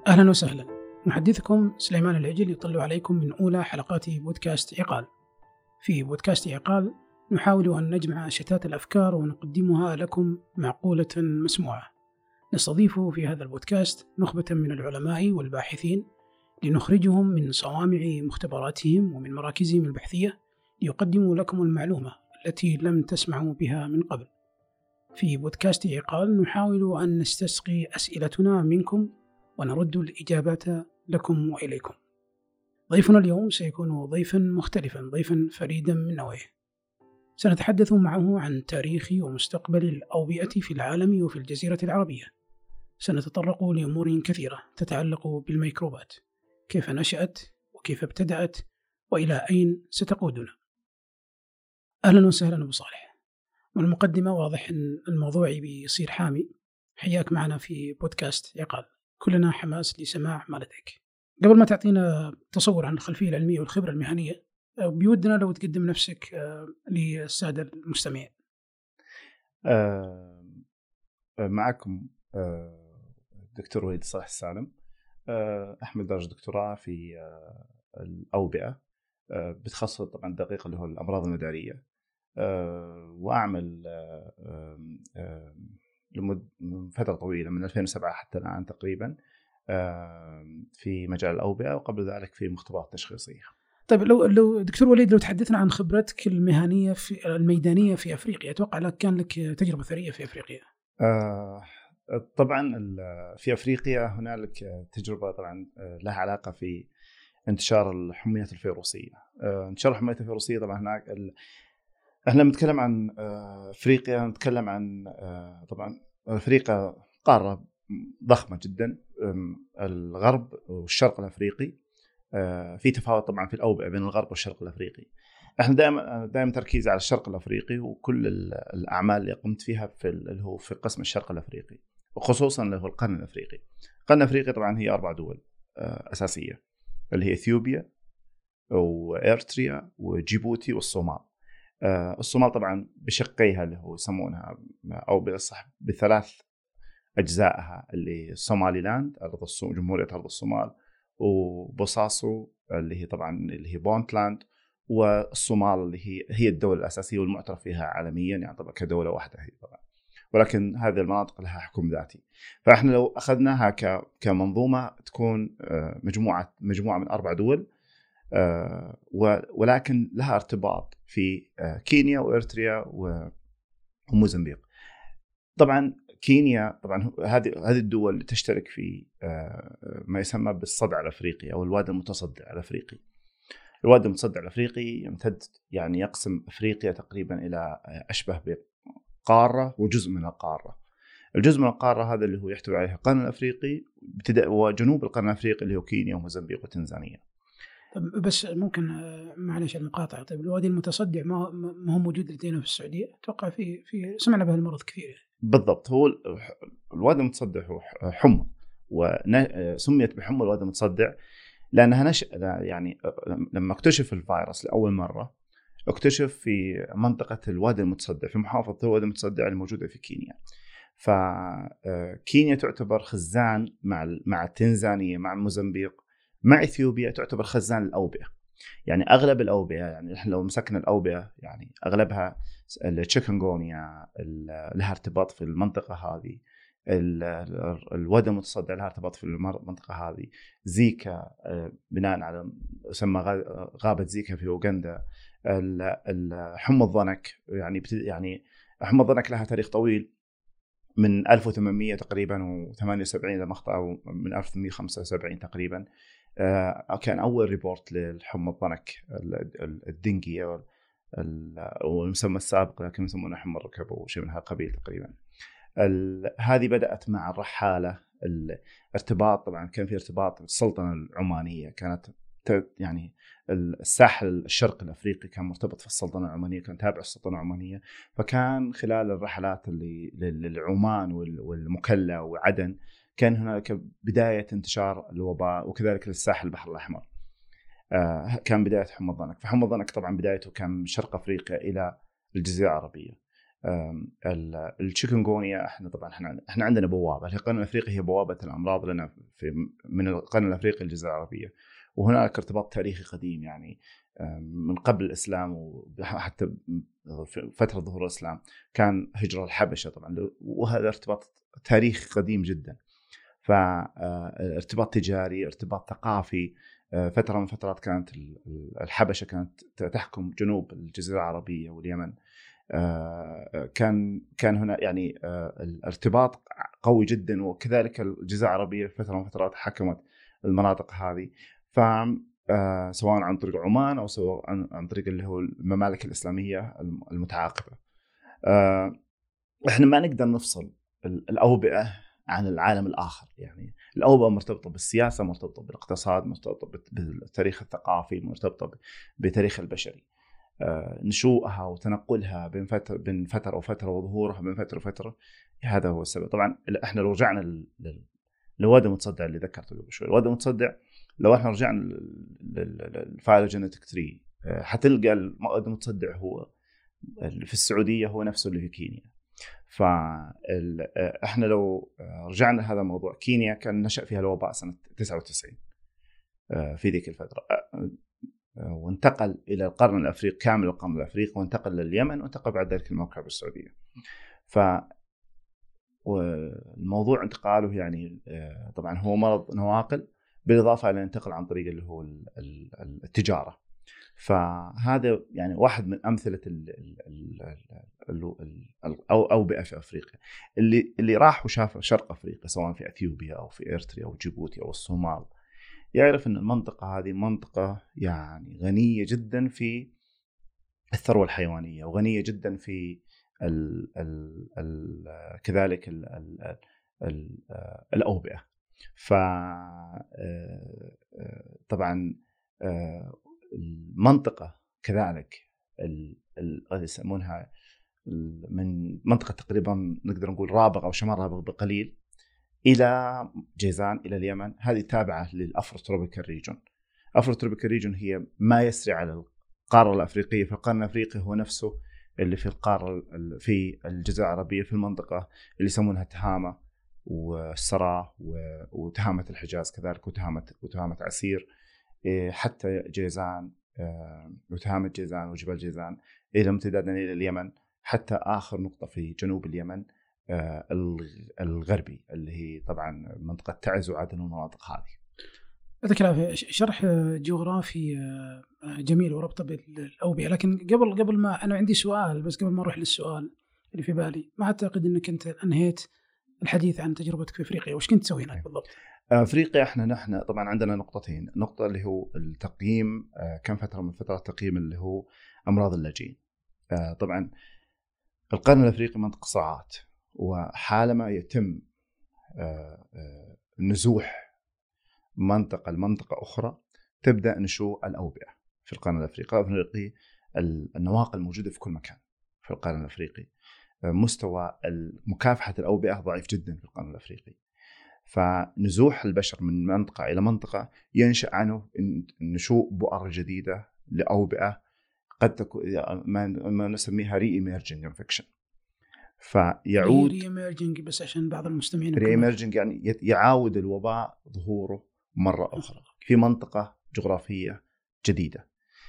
أهلا وسهلا. محدثكم سليمان العجل يطلع عليكم من أولى حلقات بودكاست عقال. في بودكاست عقال نحاول أن نجمع شتات الأفكار ونقدمها لكم معقولة مسموعة. نستضيف في هذا البودكاست نخبة من العلماء والباحثين لنخرجهم من صوامع مختبراتهم ومن مراكزهم البحثية ليقدموا لكم المعلومة التي لم تسمعوا بها من قبل. في بودكاست عقال نحاول أن نستسقي أسئلتنا منكم ونرد الإجابات لكم وإليكم. ضيفنا اليوم سيكون ضيفا مختلفا، ضيفا فريدا من نوعه. سنتحدث معه عن تاريخ ومستقبل الأوبئة في العالم وفي الجزيرة العربية. سنتطرق لأمور كثيرة تتعلق بالميكروبات، كيف نشأت وكيف ابتدأت وإلى أين ستقودنا. أهلا وسهلا أبو صالح. والمقدمة واضح أن الموضوع بيصير حامي. حياك معنا في بودكاست عقال، كلنا حماس لسماع ما لديك. قبل ما تعطينا تصور عن الخلفية العلمية والخبرة المهنية، بيودنا لو تقدم نفسك للسادة المستمعين. معكم دكتور وليد صالح السالم، أحمل درجة دكتوراه في الأوبئة بتخصص طبعا دقيق اللي هو الأمراض المدارية، وأعمل من فترة طويلة من 2007 حتى الآن تقريبا في مجال الأوبئة، وقبل ذلك في مختبرات تشخيصية. طيب لو دكتور وليد، لو تحدثنا عن خبرتك المهنية في الميدانية في أفريقيا. أتوقع لك كان لك تجربة ثرية في أفريقيا. طبعا في أفريقيا هنالك تجربة طبعا لها علاقة في انتشار الحميات الفيروسية. انتشار الحميات الفيروسية طبعا هناك احنا نتكلم عن أفريقيا، نتكلم عن طبعا أفريقيا قارة ضخمة جدا، الغرب والشرق الأفريقي. في تفاوت طبعا في الأوبئة بين الغرب والشرق الأفريقي. احنا دائما تركيز على الشرق الأفريقي، وكل الأعمال اللي قمت فيها اللي هو في قسم الشرق الأفريقي، وخصوصا اللي هو القرن الأفريقي. القرن الأفريقي طبعا هي 4 دول أساسية، اللي هي إثيوبيا وإريتريا وجيبوتي والصومال. الصومال طبعا بشقيها اللي هو يسمونها، أو بالصح بثلاث أجزائها، اللي صومالي لاند جمهورية أرض الصومال، وبوساسو اللي هي طبعا اللي هي بونتلاند، والصومال اللي هي الدولة الأساسية والمعترف فيها عالميا، يعني طبعا كدولة واحدة هي طبعا، ولكن هذه المناطق لها حكم ذاتي. فإحنا لو أخذناها كمنظومة تكون مجموعة من 4 دول، ولكن لها ارتباط في كينيا وإريتريا وموزمبيق. طبعا كينيا طبعا هذه الدول تشترك في ما يسمى بالصدع الأفريقي أو الوادي المتصدع الأفريقي. الوادي المتصدع الأفريقي يمتد، يعني يقسم أفريقيا تقريبا إلى أشبه بقارة وجزء من القارة. الجزء من القارة هذا اللي هو يحتوي عليه القرن الأفريقي وجنوب القرن الأفريقي اللي هو كينيا وموزمبيق وتنزانيا. بس ممكن معلش المقاطعة. طيب الوادي المتصدع ما هو موجود لدينا في السعودية؟ أتوقع في سمعنا به المرض كثير. بالضبط، هو الوادي المتصدع هو حمى، وسميت بحمى الوادي المتصدع لأنها يعني لما اكتشف الفيروس لأول مرة اكتشف في منطقة الوادي المتصدع في محافظة الوادي المتصدع الموجودة في كينيا. فكينيا تعتبر خزان مع تنزانيا مع موزمبيق مع إثيوبيا، تعتبر خزان الأوبئة. يعني أغلب الأوبئة، يعني إحنا لو مسكنا الأوبئة يعني أغلبها التشيكنغونيا لها ارتباط في المنطقة هذه، الوادي المتصدع لها ارتباط في المنطقة هذه، زيكا بناء على يسمى غابة زيكا في أوغندا، حمى الضنك. يعني حمى الضنك لها تاريخ طويل من 1800 تقريبا و78 لما أخطأ، من 1875 تقريبا كان أول ريبورت للحمى الضنك الدنجي والمسمى السابق، لكن يسمونه حمى الركب أو شيء من هالقبيل تقريبا. هذه بدأت مع الرحالة، الارتباط طبعا كان في ارتباط بالسلطنة العمانية، كانت يعني الساحل الشرقي الأفريقي كان مرتبط في السلطنة العمانية، كان تابع السلطنة العمانية. فكان خلال الرحلات اللي للعمان والمكلا وعدن كان هناك بداية انتشار الوباء، وكذلك للساحل البحر الأحمر كان بداية حمى الضنك. فحمى الضنك طبعا بدايته كان من شرق أفريقيا إلى الجزيرة العربية. الشيكنغونيا احنا طبعا احنا عندنا بوابه، القرن الافريقي هي بوابه الامراض لنا من القرن الافريقي للجزيره العربيه، وهناك ارتباط تاريخي قديم يعني من قبل الاسلام، وحتى في فتره ظهور الاسلام كان هجره الحبشه طبعا، وهذا ارتباط تاريخي قديم جدا. فارتباط تجاري، ارتباط ثقافي. فتره من فترات كانت الحبشه كانت تحكم جنوب الجزيره العربيه واليمن. كان هنا يعني الارتباط قوي جدا، وكذلك الجزيرة العربية فترة من فترات حكمت المناطق هذه، سواء عن طريق عمان أو سواء عن طريق اللي هو الممالك الإسلامية المتعاقبة. إحنا ما نقدر نفصل الأوبئة عن العالم الآخر، يعني الأوبئة مرتبطة بالسياسة، مرتبطة بالاقتصاد، مرتبطة بالتاريخ الثقافي، مرتبطة بتاريخ البشري. نشوءها وتنقلها بين فترة وفترة، وظهورها بين فترة وفترة، هذا هو السبب. طبعا احنا لو رجعنا للوادي المتصدع اللي ذكرته قبل شوي، الوادي المتصدع لو احنا رجعنا للفايلوجينيتك تري حتلقى الوادي المتصدع هو في السعودية هو نفسه اللي في كينيا. فاحنا لو رجعنا لهذا الموضوع، كينيا كان نشأ فيها الوباء سنة 99 في ذيك الفترة، وانتقل إلى القرن الأفريقي كامل، القرن الأفريقي، وانتقل لليمن، وانتقل بعد ذلك الموقع بالسعودية. والموضوع انتقاله يعني طبعا هو مرض نواقل، بالإضافة إلى انتقل عن طريق اللي هو التجارة. فهذا يعني واحد من أمثلة الأوبئة في أفريقيا. اللي راح وشاف شرق أفريقيا سواء في أثيوبيا أو في إريتريا أو جيبوتي أو الصومال، يعرف أن المنطقة هذه منطقة يعني غنية جدا في الثروة الحيوانية، وغنية جدا في كذلك الأوبئة. طبعا المنطقة كذلك يسمونها من منطقة تقريبا نقدر نقول رابغ أو شمال رابغ بقليل إلى جيزان إلى اليمن، هذه تابعة للأفروتروبيكال ريجون. الأفروتروبيكال ريجون هي ما يسري على القارة الأفريقية، فالقرن الأفريقي هو نفسه اللي في القارة في الجزيرة العربية، في المنطقة اللي يسمونها تهامة والسراء وتهامة الحجاز كذلك، وتهامة عسير، حتى جيزان وتهامة جيزان وجبال جيزان، إلى امتدادا إلى اليمن، حتى آخر نقطة في جنوب اليمن الغربي اللي هي طبعا منطقة تعز وعدن والمناطق هذه. ذكر شرح جغرافي جميل وربطه بالأوبئة، لكن قبل ما أنا عندي سؤال، بس قبل ما أروح للسؤال اللي في بالي، ما أعتقد أنك أنت أنهيت الحديث عن تجربتك في أفريقيا. وش كنت تسوي هناك بالضبط؟ أفريقيا نحن طبعا عندنا نقطتين، نقطة اللي هو التقييم، كم فترة من فترات تقييم اللي هو أمراض اللاجئين. طبعا القرن الأفريقي منطقة صراعات، وحالما يتم نزوح منطقة لمنطقة أخرى تبدأ نشوء الأوبئة في القرن الأفريقي. النواقل موجودة في كل مكان في القرن الأفريقي، مستوى مكافحة الأوبئة ضعيف جدا في القرن الأفريقي. فنزوح البشر من منطقة إلى منطقة ينشأ عنه نشوء بؤر جديدة لأوبئة قد تكون ما نسميها ري-إيميرجينج انفكشن. فيعود ري-إيميرجينج، بس عشان بعض المستمعين، ري-إيميرجينج يعني يعاود الوباء ظهوره مرة أخرى في منطقة جغرافية جديدة.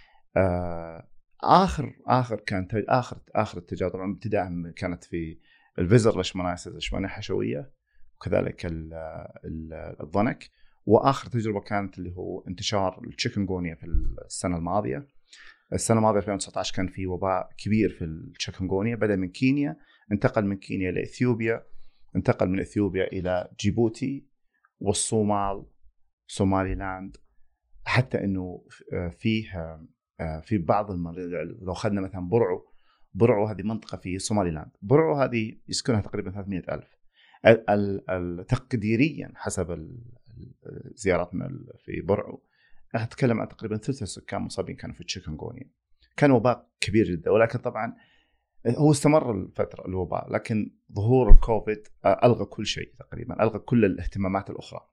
آخر التجارب طبعا ابتداء كانت في الفيزر ليشمانياسيس، الإشمانية الحشوية، وكذلك الضنك. وآخر تجربة كانت اللي هو انتشار التشيكنغونيا في السنة الماضية 2019 كان في وباء كبير في التشيكنغونيا، بدأ من كينيا، انتقل من كينيا لإثيوبيا، انتقل من إثيوبيا إلى جيبوتي والصومال، سوماليلاند، حتى إنه فيه في بعض لو أخذنا مثلا برعو هذه منطقة في سوماليلاند، برعو هذه يسكنها تقريبا 300,000. تقديريا حسب زيارتنا في برعو أتكلم عن تقريبا ثلث السكان مصابين كانوا في التشيكنغونيا. كان وباء كبير جدا، ولكن طبعا هو استمر الفترة الوباء، لكن ظهور الكوفيد ألغى كل شيء تقريبا، ألغى كل الاهتمامات الأخرى.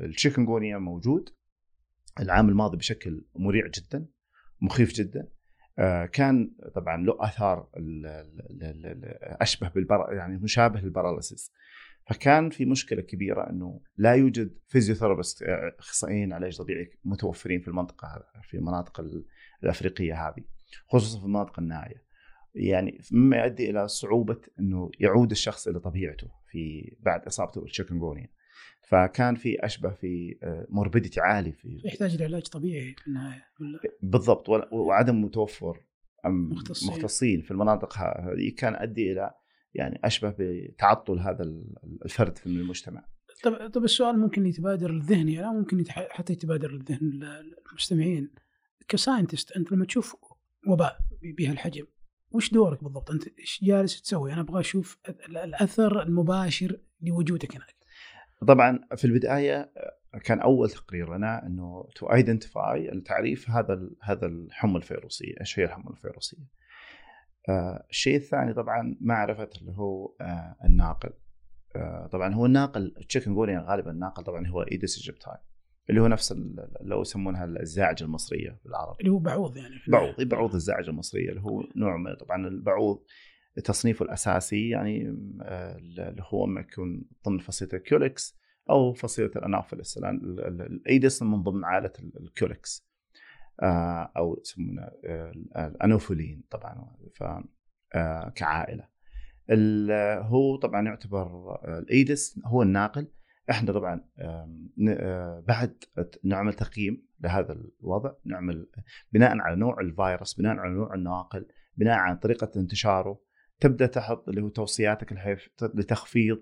فالتشيكنغونيا موجود العام الماضي بشكل مريع جدا، مخيف جدا. كان طبعا له آثار أشبه يعني مشابه للباراليسيس. فكان في مشكلة كبيرة أنه لا يوجد فيزيوثيرابيست أخصائيين علاج طبيعي متوفرين في المنطقة، في المناطق الأفريقية هذه، خصوصا في المناطق النائية، يعني مما يؤدي إلى صعوبة أنه يعود الشخص إلى طبيعته في بعد إصابته بالشيكنغونيا. فكان في أشبه في موربيديتي عالي، في يحتاج لعلاج طبيعي في النهاية. بالضبط، وعدم متوفر مختصين في المناطق هذه كان أدي إلى يعني أشبه بتعطل هذا الفرد في المجتمع. طب السؤال ممكن يتبادر للذهن، يعني ممكن حتى يتبادر للذهن المستمعين، كساينتست أنت لما تشوف وباء بهالحجم وش دورك بالضبط؟ أنت إيش جالس تسوي؟ أنا أبغى أشوف الأثر المباشر لوجودك هناك. طبعا في البداية كان أول تقرير لنا أنه to identify التعريف هذا الحمى الفيروسية، إيش هي الحمى الفيروسية. الشيء الثاني طبعا معرفة اللي هو الناقل. طبعا هو الناقل التشيكنغونيا غالبا الناقل طبعا هو إيديس إيجيبتاي، اللي هو نفس اللي يسمونها الزاعجة المصرية بالعربي، اللي هو بعوض، يعني بعوض الزاعجة المصرية، اللي هو نوع من طبعا البعوض تصنيفه الأساسي يعني اللي هو ما يكون ضمن فصيلة الكيوليكس أو فصيلة الأنافيلس. الإيديس من ضمن عائلة الكيوليكس أو يسمونه الأنوفولين طبعا. كعائلة هو طبعا يعتبر الإيديس هو الناقل. احنا طبعا بعد نعمل تقييم لهذا الوضع، نعمل بناء على نوع الفيروس، بناء على نوع الناقل، بناء على طريقة انتشاره، تبدأ تحط اللي هو توصياتك لتخفيض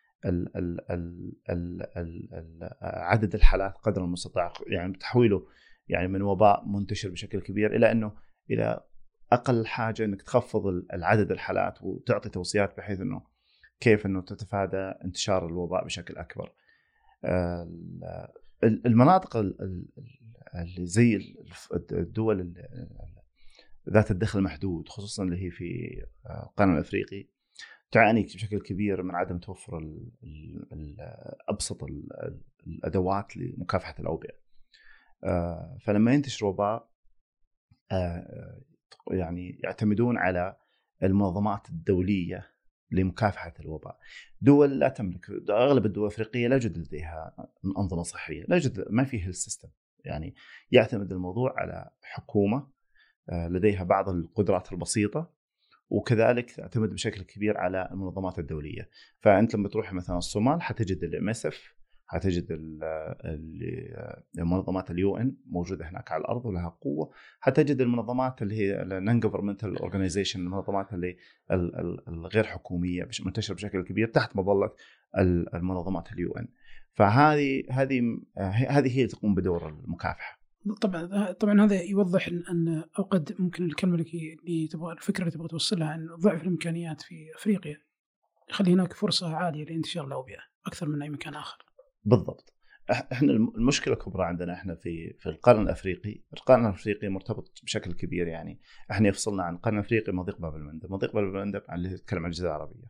عدد الحالات قدر المستطاع، يعني تحويله يعني من وباء منتشر بشكل كبير إلى أنه إلى أقل حاجة أنك تخفض العدد الحالات، وتعطي توصيات بحيث أنه كيف أنه تتفادى انتشار الوباء بشكل أكبر. المناطق اللي زي الدول ذات الدخل المحدود، خصوصا اللي هي في القرن الأفريقي، تعاني بشكل كبير من عدم توفر أبسط الأدوات لمكافحة الأوبئة. فلما ينتشر وباء يعني يعتمدون على المنظمات الدولية لمكافحة الوباء. دول لا تملك، أغلب الدول الأفريقية لا يوجد لديها أنظمة صحية، لا يوجد، ما فيه السيستم. يعني يعتمد الموضوع على حكومة لديها بعض القدرات البسيطة، وكذلك تعتمد بشكل كبير على المنظمات الدولية. فأنت لما تروح مثلا الصومال حتجد الMSF، حتجد المنظمات UN موجودة هناك على الأرض ولها قوة، حتجد المنظمات اللي هي non-governmental organization، المنظمات اللي الغير حكومية منتشرة بشكل كبير تحت مظلة المنظمات UN. فهذه هي تقوم بدور المكافحة. طبعا هذا يوضح أن أو قد ممكن الكلمة اللي تبغى، الفكرة اللي تبغى توصلها أن ضعف الإمكانيات في أفريقيا يخلي هناك فرصة عالية لانتشار الأوبئة أكثر من أي مكان آخر. بالضبط. احنا المشكله الكبرى عندنا احنا في القرن الافريقي مرتبط بشكل كبير، يعني احنا يفصلنا عن القرن الافريقي مضيق باب المندب. مضيق باب المندب اللي يتكلم عن الجزيره العربيه.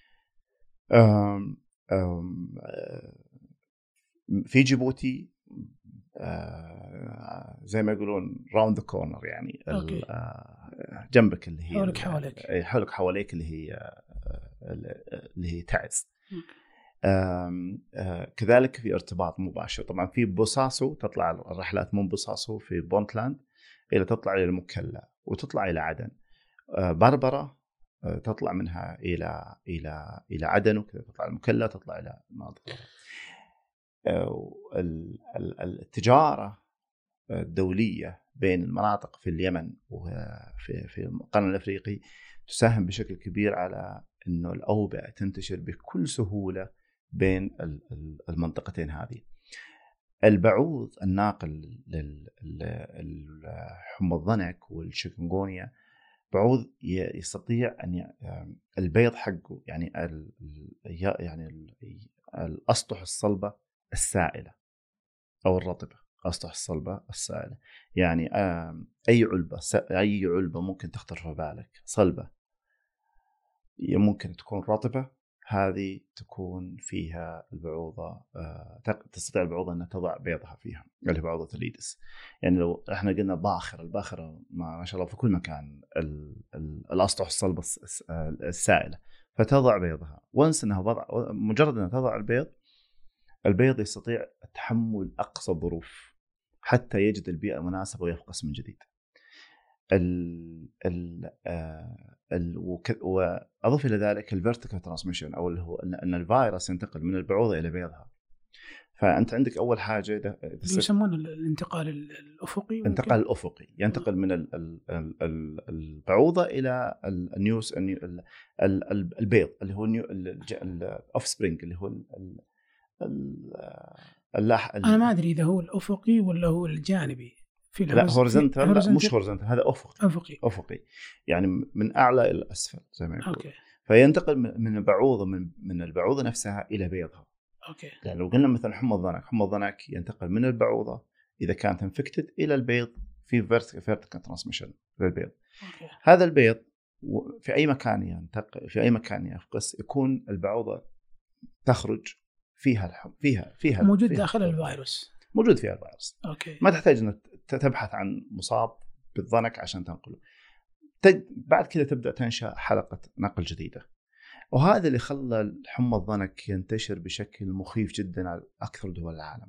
في جيبوتي زي ما يقولون راوند ذا كورنر، يعني جنبك اللي هي حواليك اللي هي تعز. كذلك في ارتباط مباشر طبعا في بوساسو، تطلع الرحلات من بوساسو في بونتلاند إلى تطلع إلى المكلا وتطلع إلى عدن. بربرة تطلع منها إلى عدن، وكذا تطلع المكلا تطلع إلى مناطق. التجارة الدولية بين المناطق في اليمن وفي القرن الأفريقي تساهم بشكل كبير على إنه الأوبئة تنتشر بكل سهولة بين المنطقتين هذه. البعوض الناقل للحمى الضنك والشيكنغونيا بعوض يستطيع أن البيض حقه يعني الأسطح الصلبة السائلة أو الرطبة، أسطح الصلبة السائلة، يعني أي علبة ممكن تخطر في بالك صلبة ممكن تكون رطبة، هذه تكون فيها البعوضة تستطيع البعوضة أن تضع بيضها فيها، اللي بعوضة الإيدس. يعني لو إحنا قلنا الباخرة ما شاء الله في كل مكان، الأسطح الصلبة السائلة، فتضع بيضها. مجرد أنها تضع البيض يستطيع تحمل أقصى الظروف حتى يجد البيئة المناسبة ويفقس من جديد. وأضف إلى ذلك الفيرتيكال ترانسميشن، أو اللي هو أن الفيروس ينتقل من البعوضة إلى بيضها. فأنت عندك أول حاجة يسمونه الانتقال الأفقي. الانتقال الأفقي ينتقل من البعوضة إلى النيوس البيض اللي هو الأوف سبرينج اللي هو أنا ما أدري إذا هو الأفقي ولا هو الجانبي. لا هوريزونتال، مش هوريزونتال، هذا أفقي يعني من أعلى إلى أسفل زي ما يقول. فينتقل من البعوضة من البعوضة نفسها إلى بيضها. يعني لو قلنا مثلا حمى الضنك ينتقل من البعوضة إذا كانت انفكتد إلى البيض في vertical transmission للبيض. هذا البيض في أي مكان ينتقل، في أي مكان يفقس، يكون البعوضة تخرج فيها موجود داخل الفيروس، موجود فيها الفيروس. ما تحتاج أن تبحث عن مصاب بالضنك عشان تنقله. بعد كده تبدأ تنشأ حلقة نقل جديدة، وهذا اللي خلى حمى الضنك ينتشر بشكل مخيف جدا على أكثر دول العالم.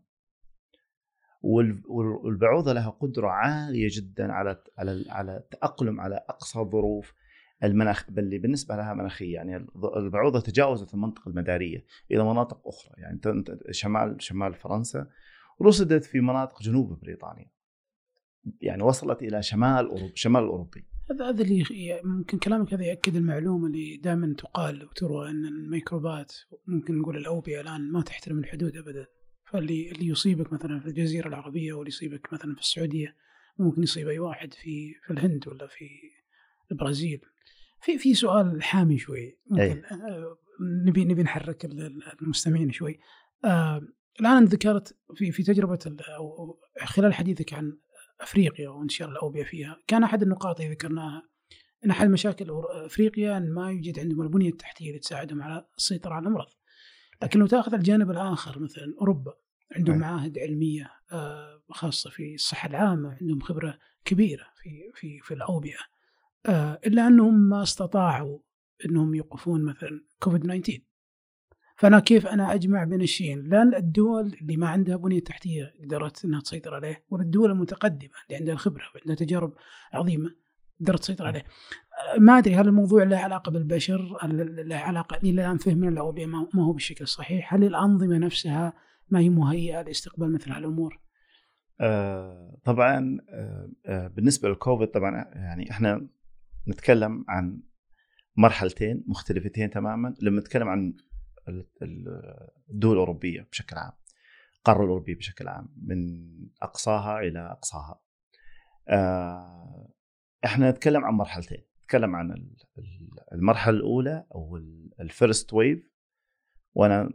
والبعوضة لها قدرة عالية جدا على التأقلم على أقصى ظروف المناخ اللي بالنسبة لها مناخية. يعني البعوضة تجاوزت المنطقة المدارية إلى مناطق أخرى، يعني شمال فرنسا، رصدت في مناطق جنوب بريطانيا، يعني وصلت إلى شمال الأوروبي. هذا اللي ممكن كلامك هذا يأكد المعلومة اللي دائما تقال وتروى أن الميكروبات، ممكن نقول الأوبئة الآن ما تحترم الحدود أبدا. فاللي يصيبك مثلا في الجزيرة العربية، واللي يصيبك مثلا في السعودية، ممكن يصيب أي واحد في الهند ولا في البرازيل. في سؤال حامي شوي ممكن نبي نحرك المستمعين شوي. الآن ذكرت في تجربة أو خلال حديثك عن أفريقيا وانتشار الأوبئة فيها، كان أحد النقاط اللي ذكرناها أن أحد مشاكل أفريقيا أن ما يوجد عندهم البنية التحتية اللي تساعدهم على السيطرة على الأمراض. لكن لو تأخذ الجانب الآخر، مثلا أوروبا عندهم معاهد علمية خاصة في الصحة العامة، عندهم خبرة كبيرة في الأوبئة، إلا أنهم ما استطاعوا أنهم يوقفون مثلا كوفيد-19. فأنا كيف أنا أجمع بين الشيئين؟ لأن الدول اللي ما عندها بنية تحتية قدرت أنها تسيطر عليه، والدول المتقدمة اللي عندها الخبرة وعندها تجارب عظيمة قدرت تسيطر عليه. ما أدري هل الموضوع له علاقة بالبشر، له علاقة إلى الآن فهمنا الأوبئة ما هو بالشكل الصحيح؟ هل الأنظمة نفسها ما هي مهيئة لاستقبال مثل هالأمور؟ طبعا بالنسبة للكوفيد، طبعا يعني إحنا نتكلم عن مرحلتين مختلفتين تماما. لما نتكلم عن الدول الأوروبية بشكل عام، القارة الأوروبية بشكل عام من أقصاها إلى أقصاها، إحنا نتكلم عن مرحلتين. نتكلم عن المرحلة الأولى أو الفيرست ويف، وأنا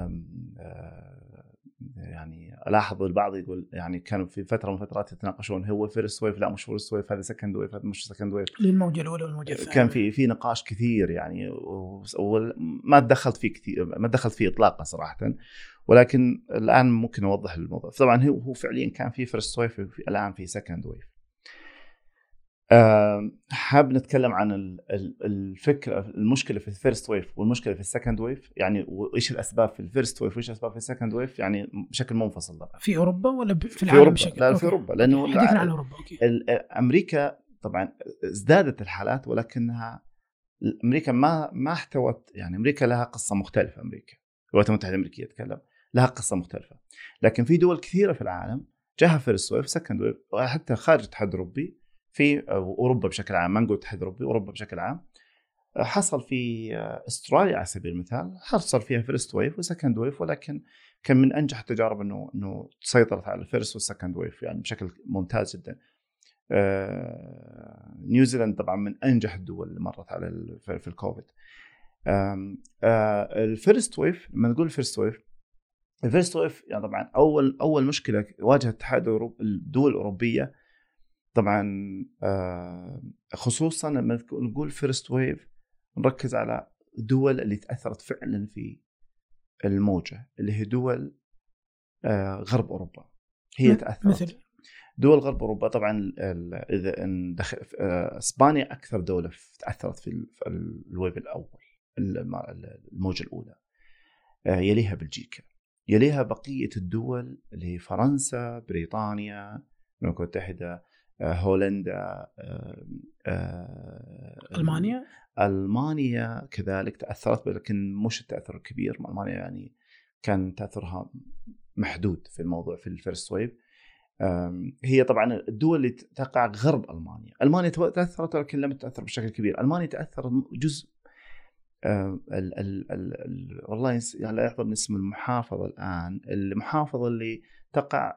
يعني ألاحظ البعض يقول، يعني كانوا في فترة من فترات يتناقشون هو فيرست ويف، لا مش فيرست ويف، هذا سكند ويف، هذا مش سكند ويف، للموجة الأولى والموجة الثانية. كان في نقاش كثير يعني، وما دخلت فيه كثير، ما دخلت فيه إطلاقا صراحة. ولكن الآن ممكن أوضح الموضوع. طبعا هو فعليا كان في فيرست ويف، الآن في سكند ويف. حاب نتكلم عن الفكرة، المشكلة في الفيرست ويف والمشكلة في السكند ويف، يعني وإيش الأسباب في الفيرست ويف وإيش الأسباب في السكند ويف، يعني بشكل منفصل طبعا. في أوروبا ولا في العالم بشكل؟ لا في أوروبا، لأنه حديثنا عن أوروبا. أمريكا طبعا ازدادت الحالات، ولكنها أمريكا ما احتوت، يعني أمريكا لها قصة مختلفة. أمريكا الولايات المتحدة الأمريكية تكلم لها قصة مختلفة، لكن في دول كثيرة في العالم جاها فيرست ويف سكند ويف، وحتى خارج الاتحاد الأوروبي في أوروبا بشكل عام، ما نقول الاتحاد الأوروبي، أوروبا بشكل عام. حصل في استراليا على سبيل المثال، حصل فيها فيرست ويف وسكند ويف، ولكن كان من أنجح التجارب إنه سيطرت على الفيرست والسكند ويف يعني بشكل ممتاز جدا. نيوزيلاند طبعا من أنجح الدول اللي مرت على في الكوفيد. الفيرست ويف، لما نقول الفيرست ويف يعني طبعا أول مشكلة واجهت الاتحاد الأوروبي الدول الأوروبية طبعا، خصوصا لما نقول فيرست ويف نركز على الدول اللي تأثرت فعلا في الموجة اللي هي دول غرب أوروبا، هي تأثرت. مثل دول غرب أوروبا طبعا إذا إسبانيا أكثر دولة تأثرت في الويف الأول، الموجة الأولى. يليها بلجيكا، يليها بقية الدول اللي هي فرنسا، بريطانيا، المملكة المتحدة، هولندا، ألمانيا كذلك تأثرت، لكن مش التأثر الكبير. ألمانيا يعني كان تأثرها محدود في الموضوع في الفيرست ويف. هي طبعا الدول اللي تقع غرب ألمانيا تأثرت، لكن لم تأثر بشكل كبير. ألمانيا تأثر جزء والله يعني لا يحضرني اسم المحافظة الآن، المحافظة اللي تقع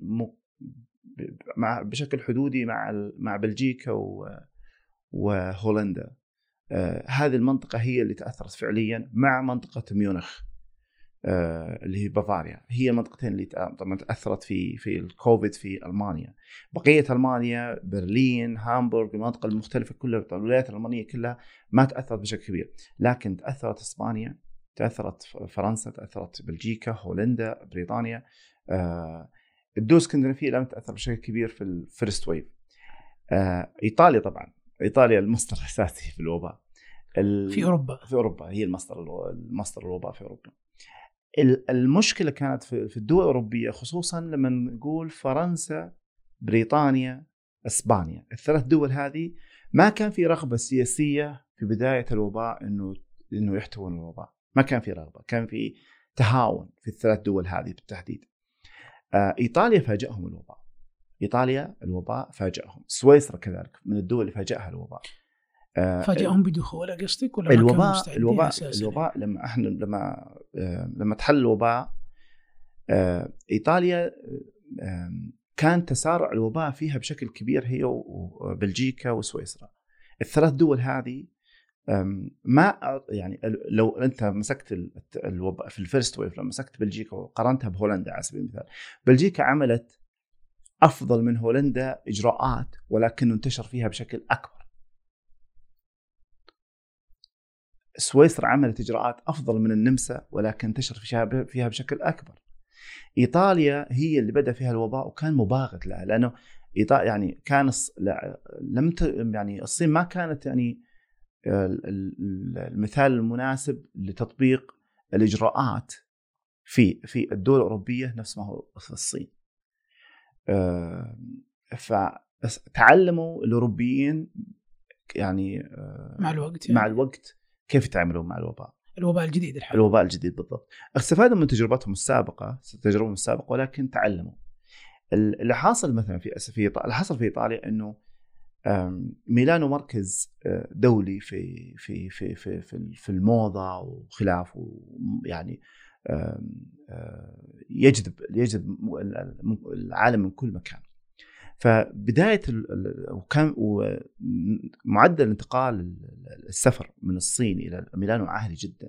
بشكل حدودي مع بلجيكا وهولندا. هذه المنطقة هي اللي تأثرت فعليا مع منطقة ميونخ اللي هي بافاريا. هي المنطقتين اللي طبعا تأثرت في الكوفيد في ألمانيا. بقية ألمانيا، برلين، هامبورغ، المناطق المختلفة كلها، الولايات الألمانية كلها ما تأثرت بشكل كبير، لكن تأثرت إسبانيا، تأثرت فرنسا، تأثرت بلجيكا، هولندا، بريطانيا. الدول الاسكندنافية لم تأثر بشكل كبير في الفيرست ويف. إيطاليا طبعا، إيطاليا المصدر الأساسي في الوباء في أوروبا هي المصدر الوباء في أوروبا. المشكلة كانت في الدول الأوروبية، خصوصا لما نقول فرنسا، بريطانيا، إسبانيا، الثلاث دول هذه ما كان في رغبة سياسية في بداية الوباء إنه يحتوون الوباء. ما كان في رغبة، كان في تهاون في الثلاث دول هذه بالتحديد. إيطاليا فاجأهم الوباء فاجأهم. سويسرا كذلك من الدول اللي فاجأها الوباء. فاجأهم بدخوله قصدك ولا الوباء لما تحل الوباء، إيطاليا كان تسارع الوباء فيها بشكل كبير، هي وبلجيكا وسويسرا. الثلاث دول هذه ما يعني لو أنت مسكت الوباء في الفيرست ويف، لما مسكت بلجيكا وقارنتها بهولندا على سبيل المثال، بلجيكا عملت أفضل من هولندا إجراءات، ولكن انتشر فيها بشكل أكبر. سويسرا عملت إجراءات أفضل من النمسا، ولكن انتشر فيها بشكل أكبر. إيطاليا هي اللي بدأ فيها الوباء وكان مباغت لها، لأنه يعني كان يعني الصين ما كانت يعني المثال المناسب لتطبيق الإجراءات في الدول الأوروبية نفس ما هو في الصين. فتعلموا الأوروبيين يعني مع الوقت كيف يتعاملون مع الوباء الجديد بالضبط. استفادوا من تجربتهم السابقة، ولكن تعلموا. اللي حاصل مثلا اللي حصل في إيطاليا إنه ميلانو مركز دولي في في في في في الموضة وخلافه، يعني يجذب العالم من كل مكان. فبداية وكان معدل انتقال السفر من الصين إلى ميلانو عالي جدا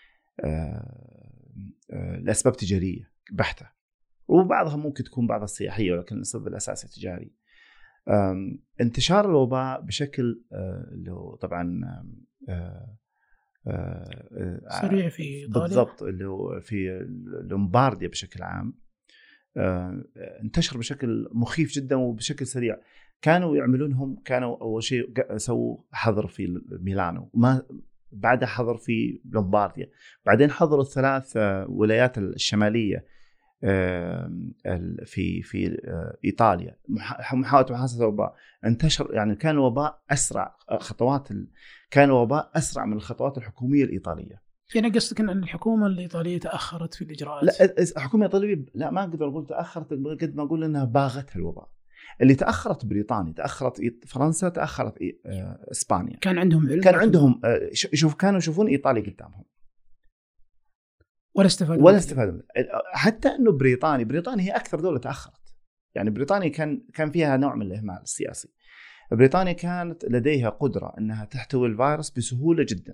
لأسباب تجارية بحتة، وبعضها ممكن تكون بعضها سياحية، ولكن السبب الأساسي تجاري. انتشار الوباء بشكل طبعا سريع في إيطاليا بالضبط، اللي هو في لومبارديا بشكل عام انتشر بشكل مخيف جدا وبشكل سريع. كانوا أول شيء سووا حظر في ميلانو، ما بعدها حظر في لومبارديا، بعدين حظروا الثلاث ولايات الشمالية في إيطاليا. محاولة محاصرة الوباء انتشر، يعني كان الوباء أسرع من الخطوات الحكومية الإيطالية. يعني قصدك أن الحكومة الإيطالية تأخرت في الإجراءات؟ لا، الحكومة الإيطالية لا، ما أقدر أقول تأخرت قد ما أقول أنها باغتها الوباء. اللي تأخرت بريطانيا، تأخرت فرنسا، تأخرت إسبانيا. كان عندهم علم، كانوا يشوفون إيطاليا قدامهم ولا استفادوا. حتى أنه بريطانيا هي أكثر دولة تأخرت. يعني بريطانيا كان فيها نوع من الإهمال السياسي. بريطانيا كانت لديها قدرة أنها تحتوي الفيروس بسهولة جدا.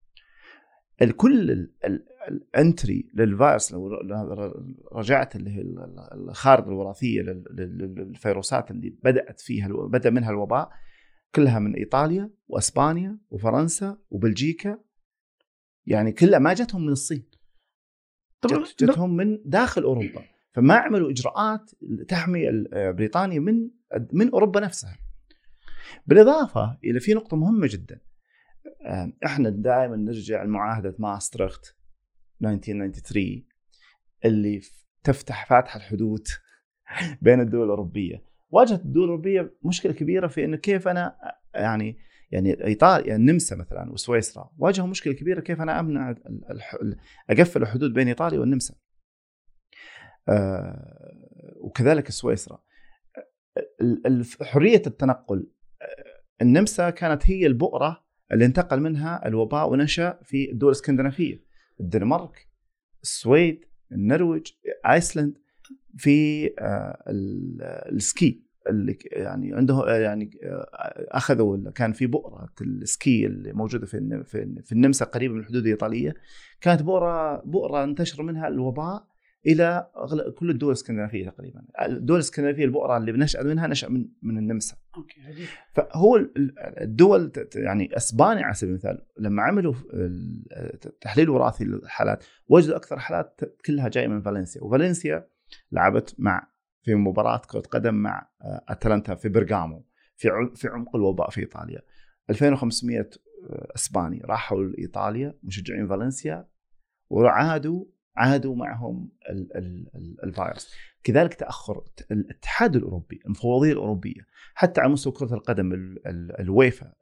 الكل الانتري للفيروس، لو رجعت اللي هي الخارطة الوراثية للفيروسات اللي بدأ منها الوباء، كلها من إيطاليا وأسبانيا وفرنسا وبلجيكا يعني كلها ما جتهم من الصين، جتهم من داخل أوروبا. فما عملوا إجراءات تحمي بريطانيا من أوروبا نفسها. بالإضافة إلى في نقطة مهمة جدا، إحنا دائما نرجع لمعاهدة ماستريخت 1993 اللي تفتح فاتح الحدود بين الدول الأوروبية. واجهت الدول الأوروبية مشكلة كبيرة في إنه كيف أنا يعني إيطاليا، يعني النمسا مثلا وسويسرا واجهوا مشكلة كبيرة كيف أنا أمنع أقفل الحدود بين إيطاليا والنمسا، وكذلك سويسرا. حرية التنقل، النمسا كانت هي البؤرة اللي انتقل منها الوباء ونشأ في الدول الاسكندنافية، الدنمارك، السويد، النرويج، ايسلند، في السكي اللي يعني عنده يعني اخذوا، كان في بؤرة السكي اللي موجودة في النمسا قريبة من الحدود الإيطالية، كانت بؤرة انتشر منها الوباء إلى كل الدول الاسكندنافية تقريبا. الدول الاسكندنافية البؤرة اللي نشأ من النمسا. فهو الدول يعني اسبانيا على سبيل المثال لما عملوا تحليل وراثي للحالات وجدوا اكثر حالات كلها جايه من فالنسيا، وفالنسيا لعبت في مباراه كره قدم مع اتلانتا في برغامو في عمق الوباء في ايطاليا. 2500 اسباني راحوا لايطاليا مشجعين فالنسيا وعادوا معهم الفيروس. كذلك تأخر الاتحاد الأوروبي، المفوضية الأوروبية، حتى على مستوى كرة القدم الويفا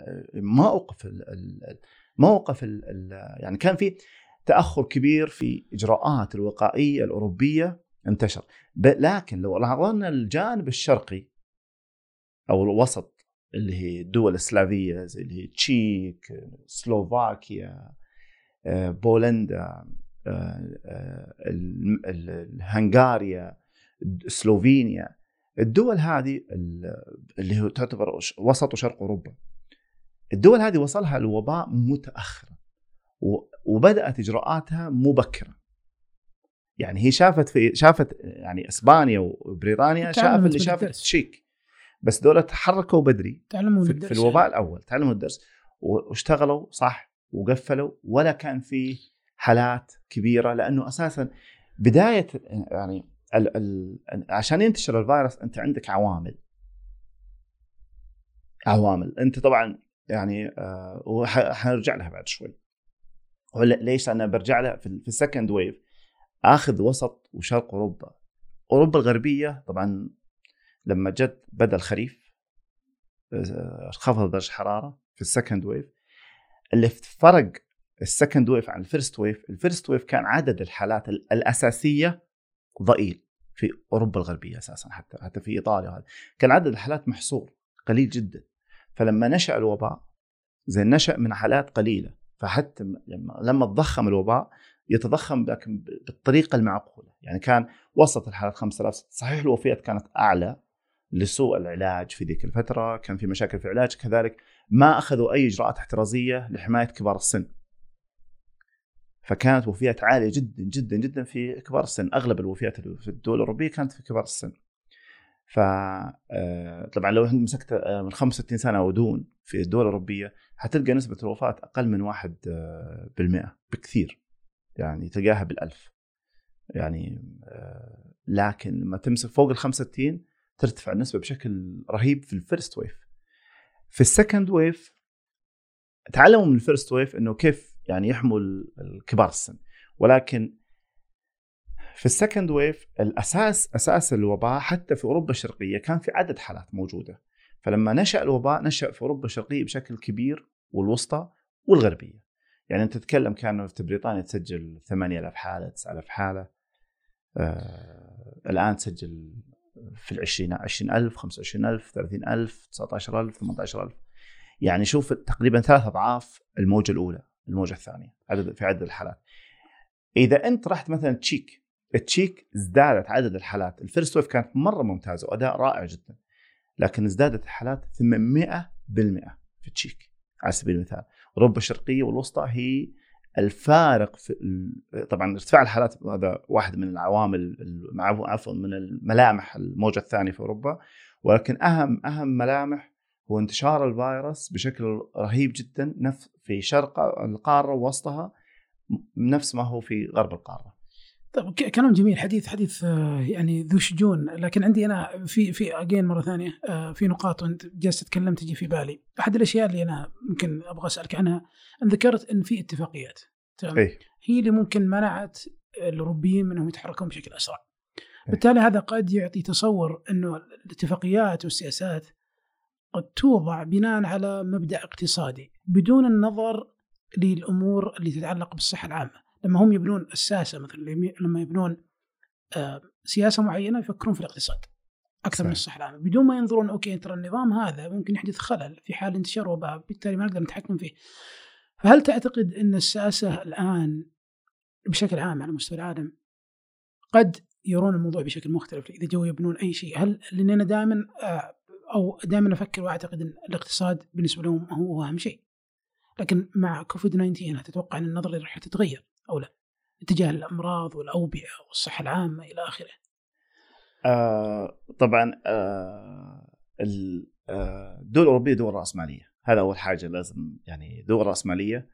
ما وقف يعني كان في تأخر كبير في إجراءات الوقائية الأوروبية انتشر. لكن لو نظرنا الجانب الشرقي أو الوسط اللي هي الدول السلافية زي اللي هي تشيك، سلوفاكيا، بولندا، هنغاريا، سلوفينيا، الدول هذه اللي هو تعتبر وسط وشرق أوروبا، الدول هذه وصلها الوباء متأخرا وبدأت إجراءاتها مبكرا. يعني هي شافت يعني إسبانيا وبريطانيا شافت تشيك، بس دولة تحركوا بدري في الوباء الأول، تعلموا الدرس واشتغلوا صح وقفلوا، ولا كان فيه حالات كبيرة. لأنه أساساً بداية يعني عشان ينتشر الفيروس أنت عندك عوامل أنت طبعاً يعني وحنرجع لها بعد شوي. ليش أنا برجع لها في السكند ويف؟ أخذ وسط وشرق أوروبا الغربية طبعاً لما بدأ الخريف خفض درجة الحرارة في السكند ويف. اللي فرق السكند ويف عن الفيرست ويف كان عدد الحالات الأساسية ضئيل في أوروبا الغربية أساسا، حتى في إيطاليا هذا كان عدد الحالات محصور قليل جدا. فلما نشأ الوباء زي نشأ من حالات قليلة، فحتى لما تضخم الوباء يتضخم لكن بالطريقة المعقولة. يعني كان وسط الحالات 5000. صحيح الوفيات كانت أعلى لسوء العلاج في ذيك الفترة، كان في مشاكل في العلاج، كذلك ما أخذوا أي إجراءات احترازية لحماية كبار السن، فكانت وفيات عالية جدا جدا جدا في كبار السن. أغلب الوفيات في الدول الأوروبية كانت في كبار السن. طبعا لو أنت مسكت من 65 سنة ودون في الدول الأوروبية هتلقى نسبة الوفاة أقل من 1% بكثير، يعني تلقاها بالألف يعني. لكن لما تمسك فوق 65 ترتفع النسبة بشكل رهيب في الفيرست ويف. في السكند ويف تعلموا من الفيرست ويف إنه كيف يعني يحموا الكبار السن، ولكن في السكند ويف أساس الوباء حتى في أوروبا الشرقية كان في عدد حالات موجودة. فلما نشأ الوباء نشأ في أوروبا الشرقية بشكل كبير والوسطى والغربية. يعني أنت تتكلم كان في بريطانيا تسجل 8000 حالة 9000 حالة، الآن تسجل في 20,000 25,000 30,000 19,000 18,000. يعني شوف تقريبا 3 أضعاف الموجة الأولى الموجة الثانية في عدد الحالات. إذا أنت رحت مثلا تشيك ازدادت عدد الحالات. الفيرست ويف كانت مرة ممتازة وأداء رائع جدا، لكن ازدادت الحالات 800% في تشيك على سبيل المثال. أوروبا الشرقية والوسطى هي الفارق في طبعا ارتفاع الحالات هذا واحد من العوامل من الملامح الموجة الثانية في أوروبا، ولكن أهم ملامح هو انتشار الفيروس بشكل رهيب جدا في شرق القارة ووسطها نفس ما هو في غرب القارة. طيب كلام جميل، حديث يعني ذو شجون، لكن عندي أنا في أجين مرة ثانية في نقاط وأنت جالس تتكلم تجي في بالي. أحد الأشياء اللي أنا ممكن أبغى أسألك عنها، أن ذكرت أن في اتفاقيات هي اللي ممكن منعت الأوروبيين منهم يتحركون بشكل أسرع. بالتالي هذا قد يعطي تصور أنه الاتفاقيات والسياسات قد توضع بناء على مبدأ اقتصادي بدون النظر للأمور اللي تتعلق بالصحة العامة. لما هم يبنون الساسة مثلا، لما يبنون سياسة معينة يفكرون في الاقتصاد أكثر من الصحة العامة، بدون ما ينظرون أوكي ترى النظام هذا ممكن يحدث خلل في حال انتشار وباء، بالتالي ما نقدر نتحكم فيه. فهل تعتقد أن الساسة الآن بشكل عام على مستوى العالم قد يرون الموضوع بشكل مختلف إذا جو يبنون أي شيء؟ هل لأننا دائما أفكر وأعتقد أن الاقتصاد بالنسبة لهم هو أهم شيء، لكن مع كوفيد 19 تتوقع أن النظرة راح تتغير أو لا اتجاه الأمراض والأوبئة والصحة العامة إلى آخره؟ طبعا الدول الأوروبية دول رأسمالية، هذا أول حاجة لازم، يعني دول رأسمالية.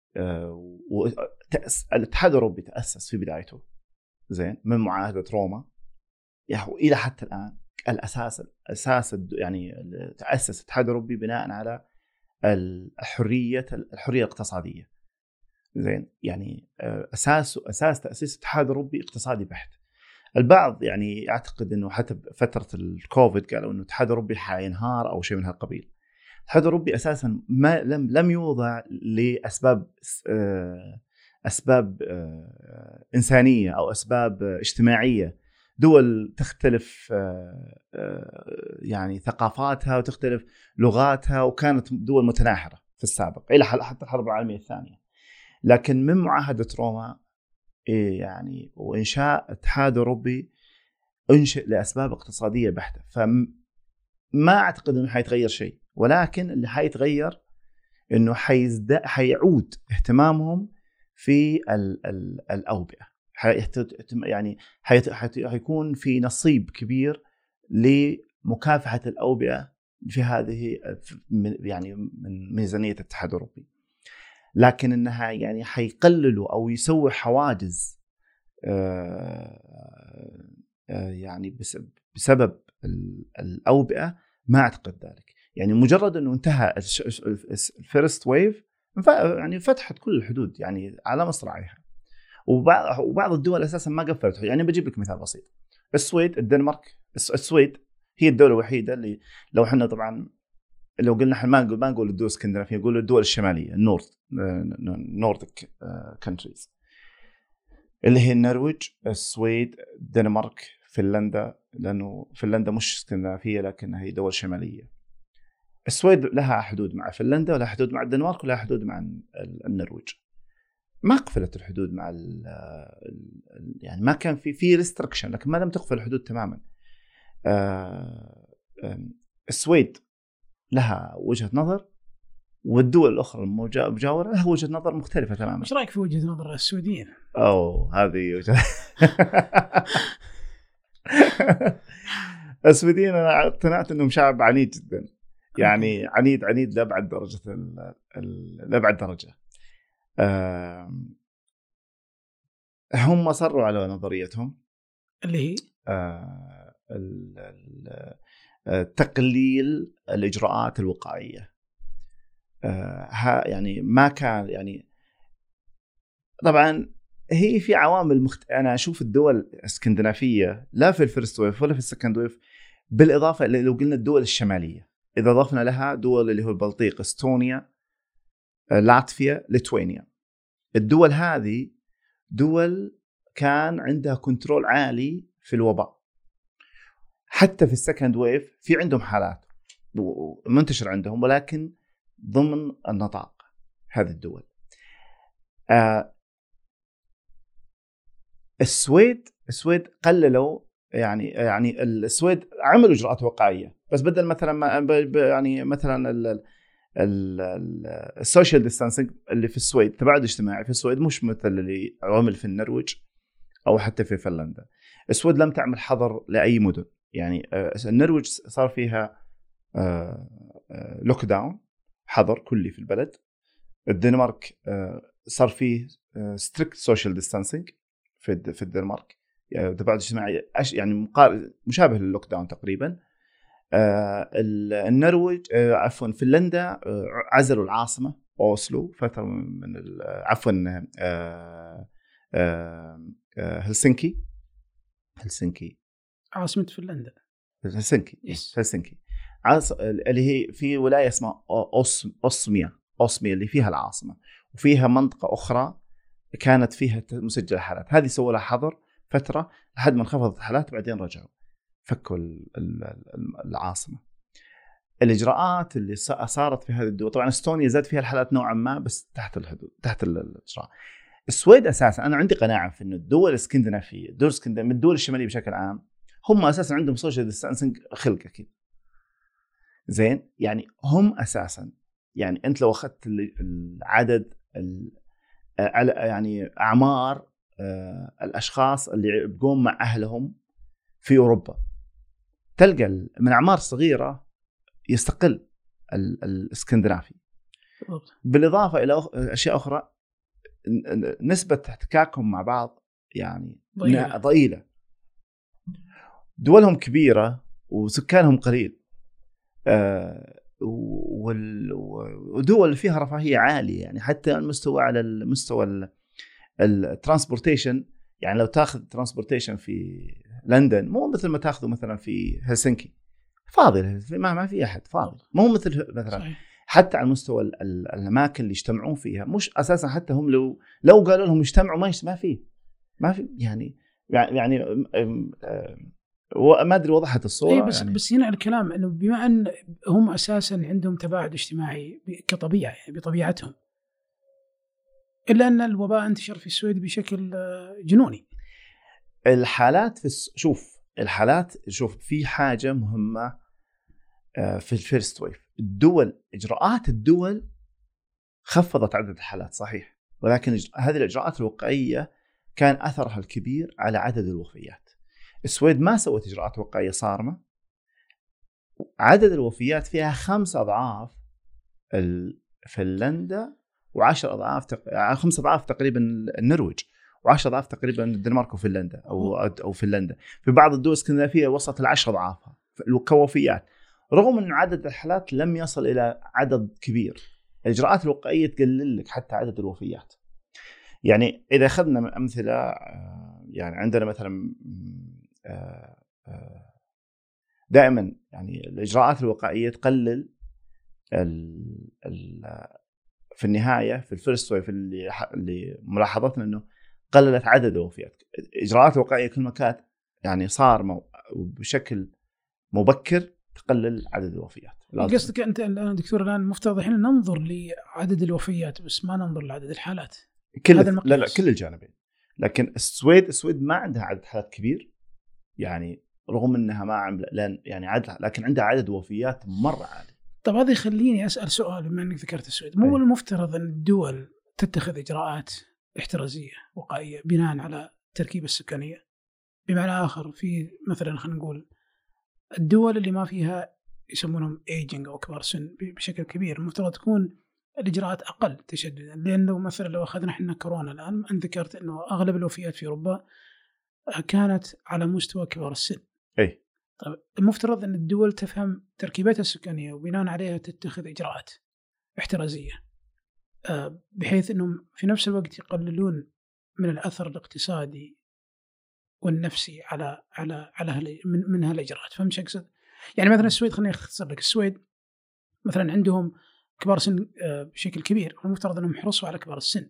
الاتحاد الأوروبي تأسس في بدايته زين من معاهدة روما إلى حتى الآن. الأساس يعني تأسس الاتحاد الأوروبي بناء على الحرية الاقتصادية زين. يعني أساس تأسيس الاتحاد الأوروبي اقتصادي بحت. البعض يعني يعتقد إنه حتى بفترة الكوفيد قالوا إنه الاتحاد الأوروبي حينهار أو شيء من هالقبيل. الاتحاد الأوروبي أساسا ما لم يوضع لأسباب أسباب إنسانية أو أسباب اجتماعية. دول تختلف يعني ثقافاتها وتختلف لغاتها، وكانت دول متناحرة في السابق إلى حتى الحرب العالمية الثانية. لكن من معاهدة روما يعني وإنشاء اتحاد أوروبي أنشئ لأسباب اقتصادية بحتة، فما أعتقد أنه حيتغير شيء. ولكن اللي حيتغير أنه حيعود اهتمامهم في الأوبئة. يعني حيكون في نصيب كبير لمكافحة الأوبئة في هذه يعني من ميزانية الاتحاد الأوروبي. لكن إنها يعني حيقللوا أو يسوي حواجز يعني بسبب الأوبئة، ما أعتقد ذلك. يعني مجرد أنه انتهى الفيرست ويف يعني فتحت كل الحدود يعني على مصراعيها، وبعض الدول أساسا ما قفلت. يعني بجيب لك مثال بسيط: السويد، الدنمارك. السويد هي الدولة الوحيدة اللي لو احنا طبعا لو قلنا احنا ما نقول الدول الاسكندنافية، نقول الدول الشمالية، نوردك كونتريز، اللي هي النرويج، السويد، الدنمارك، فنلندا، لأنه فنلندا مش اسكندنافية لكن هي دول شمالية. السويد لها حدود مع فنلندا ولها حدود مع الدنمارك ولها حدود مع النرويج. ما قفلت الحدود مع يعني ما كان في ريستركشن، لكن ما لم تقفل الحدود تماما. السويد لها وجهة نظر، والدول الأخرى المجاورة لها وجهة نظر مختلفة تماما. إيش رأيك في وجهة نظر السعوديين؟ هذه وجهة السويديين أنا اقتنعت أنهم شعب عنيد جدا، يعني عنيد لأبعد درجة. هم صروا على نظريتهم اللي هي تقليل الإجراءات الوقائية. يعني ما كان يعني طبعا هي في عوامل أنا أشوف الدول الاسكندنافية لا في الفيرست ويف ولا في السكند ويف، بالإضافة لو قلنا الدول الشمالية إذا ضفنا لها دول اللي هو البلطيق، استونيا، لاتفيا، ليتوانيا. الدول هذه دول كان عندها كنترول عالي في الوباء. حتى في السكند ويف في عندهم حالات منتشر عندهم، ولكن ضمن النطاق هذه الدول. السويد قللوا يعني السويد عملوا إجراءات وقائية، بس بدل مثلا يعني مثلا السوشيال ديستانسينج اللي في السويد، التباعد الاجتماعي في السويد مش مثل اللي عمل في النرويج أو حتى في فنلندا. السويد لم تعمل حظر لأي مدن. يعني النرويج صار فيها لوك داون، حظر كلي في البلد. الدنمارك صار فيه strict social distancing في الدنمارك، يعني تباعد اجتماعي يعني مشابه لللوك داون تقريبا. النرويج عفوا فنلندا عزلوا العاصمة أوسلو فترة من عفوا هلسنكي عاصمة فنلندا هلسنكي اللي هي في ولاية اسمها أوسميا اللي فيها العاصمة، وفيها منطقة أخرى كانت فيها مسجل حالات. هذه سووا لها حظر فترة لحد ما انخفضت الحالات، بعدين رجعوا فكوا العاصمة. الإجراءات اللي صارت في هذه الدول، طبعا استونيا زاد فيها الحالات نوعا ما بس تحت الحدود، تحت الإجراء. السويد أساسا أنا عندي قناعة في إنه الدول الاسكندنافية من الدول الشمالية بشكل عام هم أساسا عندهم سوشيال ديستانسينج خلقة كده زين. يعني هم أساسا يعني أنت لو أخذت العدد يعني أعمار الأشخاص اللي بيقوم مع أهلهم في أوروبا، تلقى من أعمار صغيرة يستقل الاسكندنافي. بالإضافة إلى أشياء أخرى، نسبة احتكاكهم مع بعض يعني ضئيلة. دولهم كبيرة وسكانهم قليل، ودول فيها رفاهية عالية، يعني حتى المستوى على المستوى الترانسبورتيشن. يعني لو تاخذ ترانسبورتيشن في لندن مو مثل ما تاخذه مثلا في هلسنكي، فاضي ما في أحد، فاضي مو مثل مثلا صحيح. حتى على مستوى الأماكن اللي يجتمعون فيها مش أساسا، حتى هم لو قالوا لهم يجتمعوا ما في يعني ما أدري وضحت الصورة. بس يعني بس هنا الكلام إنه بما أن هم أساسا عندهم تباعد اجتماعي كطبيعة يعني بطبيعتهم، إلا أن الوباء انتشر في السويد بشكل جنوني. الحالات شوف في حاجة مهمة في الفيرست ويف. إجراءات الدول خفضت عدد الحالات صحيح، ولكن هذه الإجراءات الوقائية كان أثرها الكبير على عدد الوفيات. السويد ما سوت إجراءات وقائية صارمة، عدد الوفيات فيها 5 أضعاف فنلندا و10 أضعاف 5 أضعاف تقريبا النرويج، و10 أضعاف تقريبا الدنمارك وفنلندا أو فنلندا. في بعض الدول الاسكندنافية وصلت ل10 أضعافها كوفيات، رغم أن عدد الحالات لم يصل إلى عدد كبير. الإجراءات الوقائية تقلل لك حتى عدد الوفيات. يعني إذا أخذنا أمثلة، يعني عندنا مثلا دائما يعني الإجراءات الوقائية تقلل في النهاية في الفيرست ويف اللي ملاحظتنا أنه قللت عدد الوفيات. إجراءات الوقائية كل ما كانت يعني صار بشكل مبكر تقلل عدد الوفيات. قصدك أنت الآن دكتور الآن مفترض إحنا ننظر لعدد الوفيات بس ما ننظر لعدد الحالات. لا كل الجانبين. لكن السويد ما عندها عدد حالات كبير، يعني رغم انها ما عمل يعني عدد، لكن عندها عدد وفيات مره عالي. طب هذا يخليني اسال سؤال، بما انك ذكرت السويد، مو المفترض ان الدول تتخذ اجراءات احترازيه وقائيه بناء على التركيبه السكانيه؟ بمعنى اخر، في مثلا خلينا نقول الدول اللي ما فيها يسمونهم ايجنج او كبار سن بشكل كبير، المفترض تكون الاجراءات اقل تشددا. لانه مثلا لو اخذنا احنا كورونا الان، أن ذكرت انه اغلب الوفيات في اوروبا كانت على مستوى كبار السن. اي طيب المفترض ان الدول تفهم تركيبتها السكانيه وبناء عليها تتخذ اجراءات احترازيه بحيث انهم في نفس الوقت يقللون من الاثر الاقتصادي والنفسي على من هالاجراءات. فهمت شو اقصد؟ يعني مثلا السويد، خليني اختصر لك. السويد مثلا عندهم كبار سن بشكل كبير، والمفترض انهم يحرصوا على كبار السن.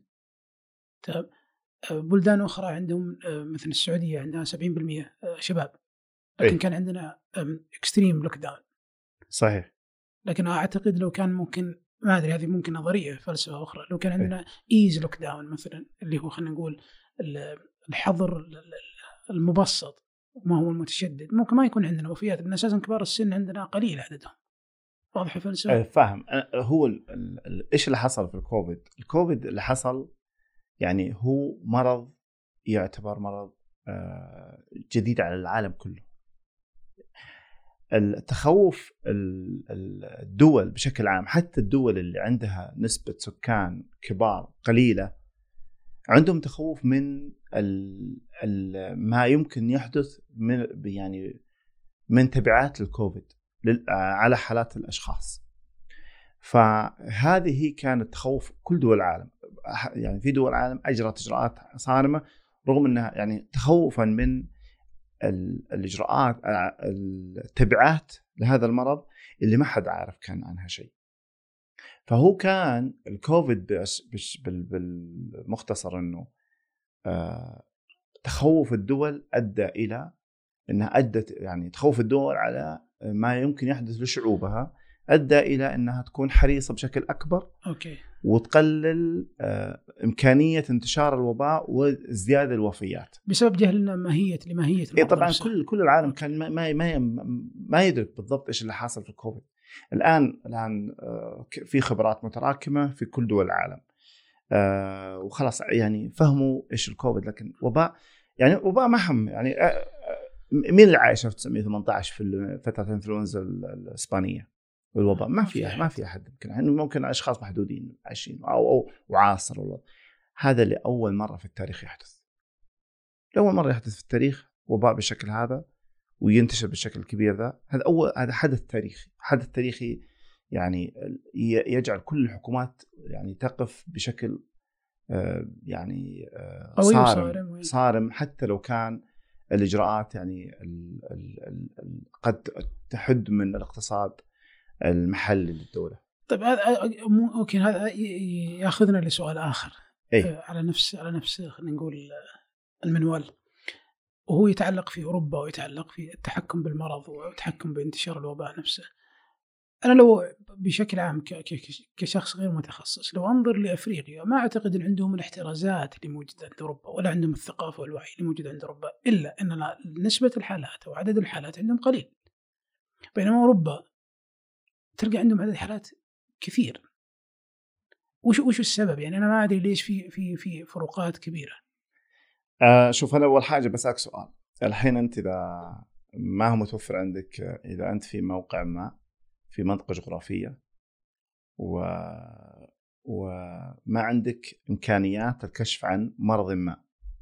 بلدان اخرى عندهم مثل السعوديه عندها 70% شباب، لكن كان عندنا اكستريم لوك داون. صحيح. لكن اعتقد لو كان ممكن، ما ادري، هذه ممكن نظريه فلسفه اخرى، لو كان عندنا ايز لوك داون مثلا، اللي هو خلينا نقول الحظر المبسط وما هو المتشدد، ممكن ما يكون عندنا وفيات، لان اساسا كبار السن عندنا قليل عددهم. واضح الفلسفه؟ فاهم. هو ايش اللي حصل في الكوفيد اللي حصل، يعني هو مرض يعتبر مرض جديد على العالم كله. التخوف الدول بشكل عام، حتى الدول اللي عندها نسبة سكان كبار قليلة، عندهم تخوف من ما يمكن يحدث من تبعات الكوفيد على حالات الأشخاص. فهذه كانت تخوف كل دول العالم. يعني في دول العالم أجرت إجراءات صارمة رغم أنها يعني تخوفا من الإجراءات التبعات لهذا المرض اللي ما حد عارف كان عنها شيء. فهو كان الكوفيد بالمختصر أنه تخوف الدول أدى إلى أنها يعني تخوف الدول على ما يمكن يحدث لشعوبها أدى إلى أنها تكون حريصة بشكل أكبر. أوكي. وتقلل إمكانية انتشار الوباء وازدياد الوفيات بسبب جهلنا لماهية المرض. طبعا كل العالم كان ما يدرك بالضبط إيش اللي حاصل في الكوفيد. الآن في خبرات متراكمة في كل دول العالم، وخلاص يعني فهموا إيش الكوفيد. لكن وباء ما هم يعني مين اللي عايش في 1918 في فترة الإنفلونزا الإسبانية والوباء؟ ما في أحد. ممكن أشخاص محدودين عايشين أو وعاصروا. هذا لأول مرة في التاريخ يحدث. لأول مرة يحدث في التاريخ وباء بالشكل هذا وينتشر بالشكل الكبير ذا. هذا حدث تاريخي يعني يجعل كل الحكومات يعني تقف بشكل يعني صارم حتى لو كان الإجراءات يعني قد تحد من الاقتصاد المحلي للدولة. طيب هذا ممكن هذا ياخذنا لسؤال آخر. على نفس خلينا نقول المنوال، وهو يتعلق في أوروبا ويتعلق في التحكم بالمرض والتحكم بانتشار الوباء نفسه. أنا لو بشكل عام كشخص غير متخصص لو أنظر لأفريقيا، ما أعتقد أن عندهم الاحترازات اللي موجودة عند أوروبا، ولا عندهم الثقافة والوعي اللي موجودة عند أوروبا، إلا أن نسبة الحالات وعدد الحالات عندهم قليل. بينما أوروبا تلقى عندهم عدد حالات كثير. وش السبب؟ يعني أنا ما أدري ليش في فروقات كبيرة. شوف، أنا أول حاجة بسألك سؤال. الحين أنت إذا ما هو متوفر عندك، إذا أنت في موقع ما في منطقة جغرافية وما عندك إمكانيات الكشف عن مرض ما،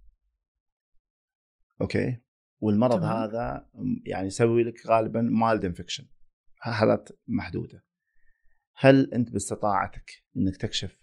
أوكي، والمرض تمام. هذا يعني يسوي لك غالبا مايلد انفكشن، حالات محدودة، هل أنت باستطاعتك أنك تكشف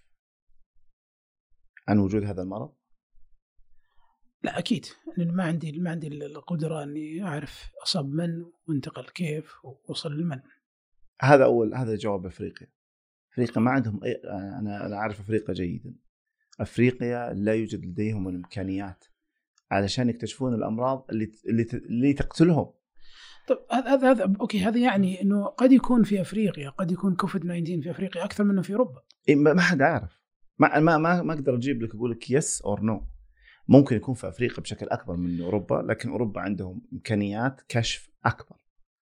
عن وجود هذا المرض؟ لا أكيد، لأن ما عندي القدرة أني أعرف أصاب من وانتقل كيف ووصل لمن. هذا جواب أفريقيا ما عندهم أنا أعرف أفريقيا جيدا. أفريقيا لا يوجد لديهم الإمكانيات علشان يكتشفون الأمراض اللي تقتلهم. طب هذا أوكي، هذا يعني إنه قد يكون في أفريقيا، قد يكون كوفيد 19 في أفريقيا أكثر منه في أوروبا. ما حد عارف. ما أقدر أجيب لك أقول لك يس أو نو. ممكن يكون في أفريقيا بشكل أكبر من أوروبا، لكن أوروبا عندهم إمكانيات كشف أكبر.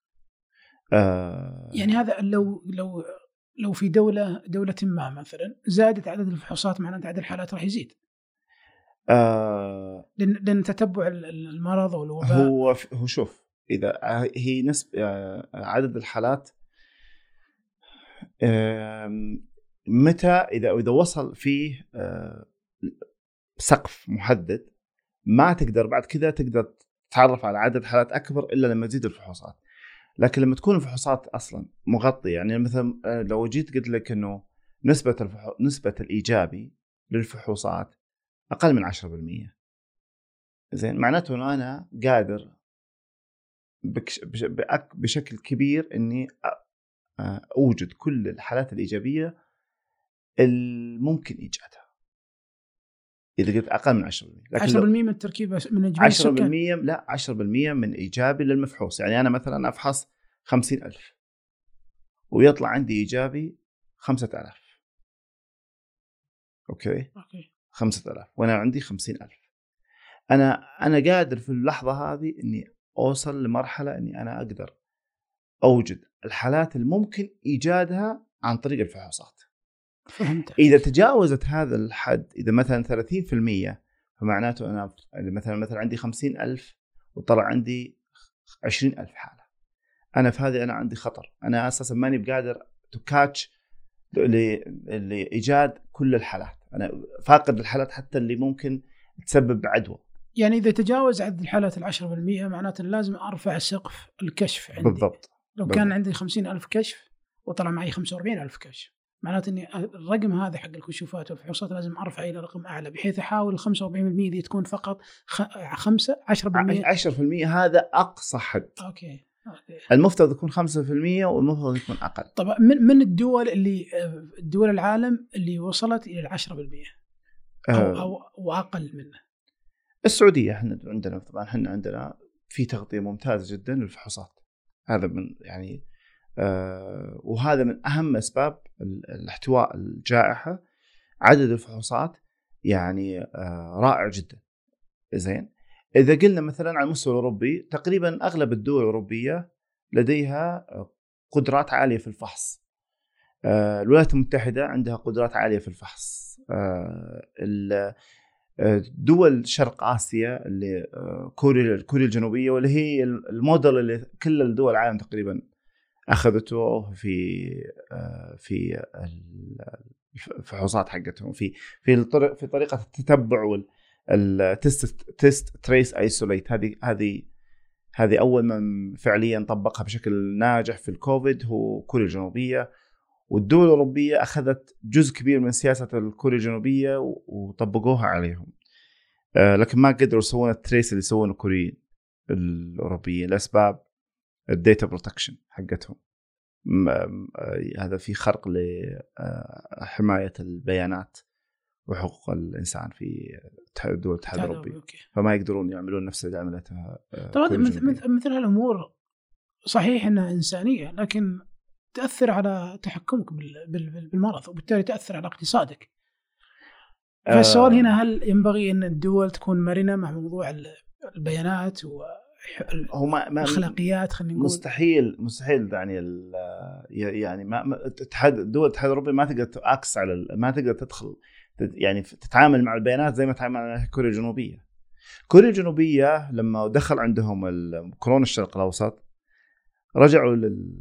يعني هذا لو في دولة ما مثلا زادت عدد الفحوصات، معناته عدد الحالات راح يزيد. لأن تتبع المرض والوباء هو شوف، إذا هي نسبة عدد الحالات متى إذا وصل فيه سقف محدد، ما تقدر بعد كذا تقدر تتعرف على عدد حالات أكبر إلا لما تزيد الفحوصات. لكن لما تكون الفحوصات أصلا مغطية، يعني مثلا لو جيت قلت لك إنه نسبة الإيجابي للفحوصات أقل من 10%، زين، معناته إنه أنا قادر بشكل كبير إني أوجد كل الحالات الإيجابية الممكن إيجادها. إذا قلت أقل من 10%، لكن 10% من التركيبة من إجمالي السكان. 10% لا، 10% من إيجابي للمفحوص. يعني أنا مثلا أفحص 50,000 ويطلع عندي إيجابي 5,000. أوكي. 5,000 وأنا عندي 50,000. أنا قادر في اللحظة هذه إني أوصل لمرحلة إني أنا أقدر أوجد الحالات الممكن إيجادها عن طريق الفحوصات. فهمت. إذا تجاوزت هذا الحد، إذا مثلا 30%، فمعناته أنا مثلا عندي 50,000 وطلع عندي 20,000 حالة. انا في هذه انا عندي خطر، انا اساسا ماني بقادر تو كاتش لايجاد كل الحالات، انا فاقد الحالات حتى اللي ممكن تسبب عدوى. يعني اذا تجاوز عدد الحالات 10% معناته لازم ارفع سقف الكشف عندي. بالضبط. لو كان عندي 50,000 كشف وطلع معي 45,000 كشف، معناته اني الرقم هذا حق الكشوفات والفحوصات لازم ارفع الى رقم اعلى، بحيث احاول 45% دي تكون فقط 10% هذا اقصى حد. اوكي. المفترض يكون 5% والمفترض يكون اقل. طبعا من الدول اللي دول العالم اللي وصلت الى 10% او واقل منه. السعوديه احنا عندنا طبعا احنا عندنا في تغطيه ممتازه جدا للفحوصات، هذا من يعني وهذا من اهم اسباب الاحتواء الجائحه. عدد الفحوصات يعني رائع جدا. زين، اذا قلنا مثلا على المستوى الاوروبي تقريبا اغلب الدول الاوروبيه لديها قدرات عاليه في الفحص. الولايات المتحده عندها قدرات عاليه في الفحص. دول شرق آسيا اللي كوريا الجنوبية، واللي هي الموديل اللي كل الدول العالم تقريبا أخذته في الفحوصات حقتهم في طريقة التتبع والتست تريس ايسوليت. هذه أول من فعليا طبقها بشكل ناجح في الكوفيد هو كوريا الجنوبية. والدول الأوروبية أخذت جزء كبير من سياسة الكوريا الجنوبية وطبقوها عليهم، لكن ما قدروا يسوون التريس اللي يسوونه الكوريين الأوروبيين لأسباب الداتا بروتكشن حقتهم. هذا في خرق لحماية البيانات وحقوق الإنسان في دول الاتحاد الأوروبي، فما يقدرون يعملون نفس اللي عملتها. طبعا مثل هالأمور صحيح أنها إنسانية، لكن تأثر على تحكمك بالمرض وبالتالي تأثر على اقتصادك. فالسؤال هنا هل ينبغي أن الدول تكون مرنة مع موضوع البيانات والأخلاقيات؟ خلينا نقول مستحيل يعني دول الاتحاد الأوروبي ما تقدر تأكس على ما تقدر تدخل يعني تتعامل مع البيانات زي ما تتعامل مع كوريا الجنوبية. كوريا الجنوبية لما دخل عندهم كورونا الشرق الأوسط رجعوا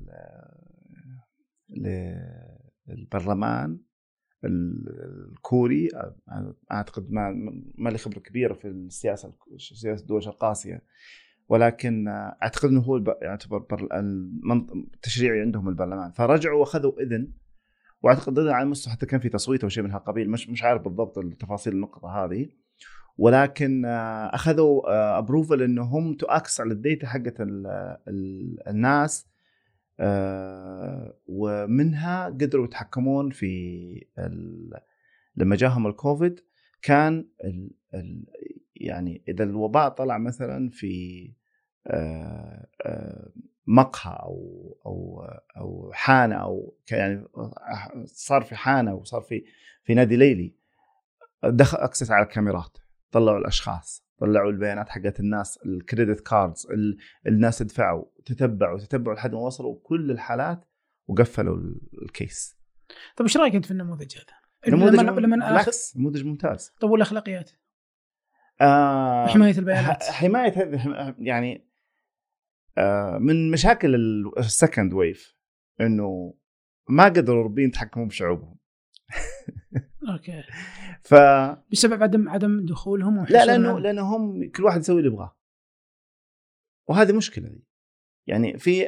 للبرلمان الكوري. أعتقد ما لي خبرة كبيرة في سياسة دول شرق آسيا، ولكن أعتقد أنه هو يعتبر التشريعي عندهم البرلمان. فرجعوا وأخذوا إذن، وأعتقد إذن على المستوى حتى كان في تصويت أو شيء من هالقبيل، مش عارف بالضبط التفاصيل النقطة هذه، ولكن أخذوا أبروفل إنهم تؤكس على الديتا حقت الناس، ومنها قدروا يتحكمون في لما جاهم الكوفيد. كان يعني إذا الوباء طلع مثلا في مقهى أو حانة أو يعني صار في حانة وصار في نادي ليلي، دخل أكسس على الكاميرات، طلعوا الأشخاص، طلعوا البيانات حقت الناس، الكريدت كاردز، الناس دفعوا، تتبعوا لحد ما وصلوا كل الحالات وقفلوا الكيس. طب إيش رأيك أنت في النموذج هذا؟ بالعكس نموذج ممتاز. طب والأخلاقيات؟ حماية البيانات، حماية يعني من مشاكل السكند ويف إنه ما قدروا الأوروبيين يتحكموا بشعوبهم. اوكي. بسبب عدم دخولهم لا، لانهم كل واحد يسوي اللي يبغاه، وهذه مشكله دي. يعني في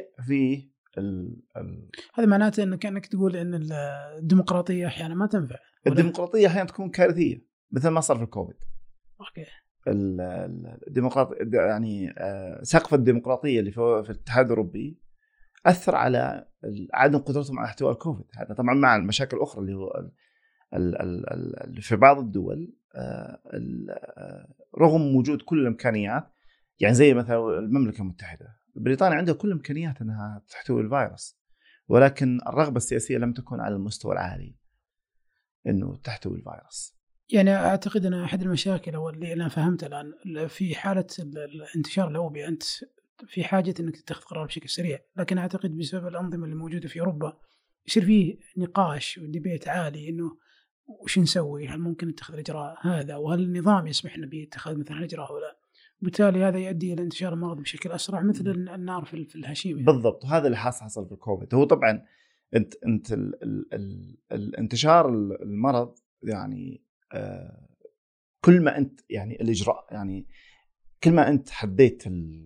هذا معناته انك تقول ان الديمقراطيه احيانا ما تنفع. الديمقراطيه احيانا تكون كارثيه مثل ما صار في الكوفيد. اوكي. الديمقراطيه يعني سقف الديمقراطيه اللي في الاتحاد الاوروبي اثر على عدم قدرتهم على احتواء الكوفيد. هذا طبعا مع المشاكل الاخرى اللي هو في بعض الدول رغم وجود كل الامكانيات، يعني زي مثلا المملكه المتحده، بريطانيا عندها كل الامكانيات انها تحتوي الفيروس، ولكن الرغبه السياسيه لم تكن على المستوى العالي انه تحتوي الفيروس. يعني اعتقد ان احد المشاكل او اللي انا فهمته الان في حاله الانتشار الاوبئي انت في حاجه انك تتخذ قرار بشكل سريع، لكن اعتقد بسبب الانظمه اللي موجوده في اوروبا يصير فيه نقاش وديبيت عالي انه وش نسوي، هل ممكن نتخذ الإجراء هذا، وهل النظام يسمح لنا باتخاذ مثلا الإجراء ولا. بالتالي هذا يؤدي الى انتشار المرض بشكل اسرع مثل النار في الهشيم يعني. بالضبط. وهذا اللي حصل في الكوفيد. هو طبعا انت الانتشار المرض يعني كل ما انت يعني الاجراء يعني كل ما انت حديت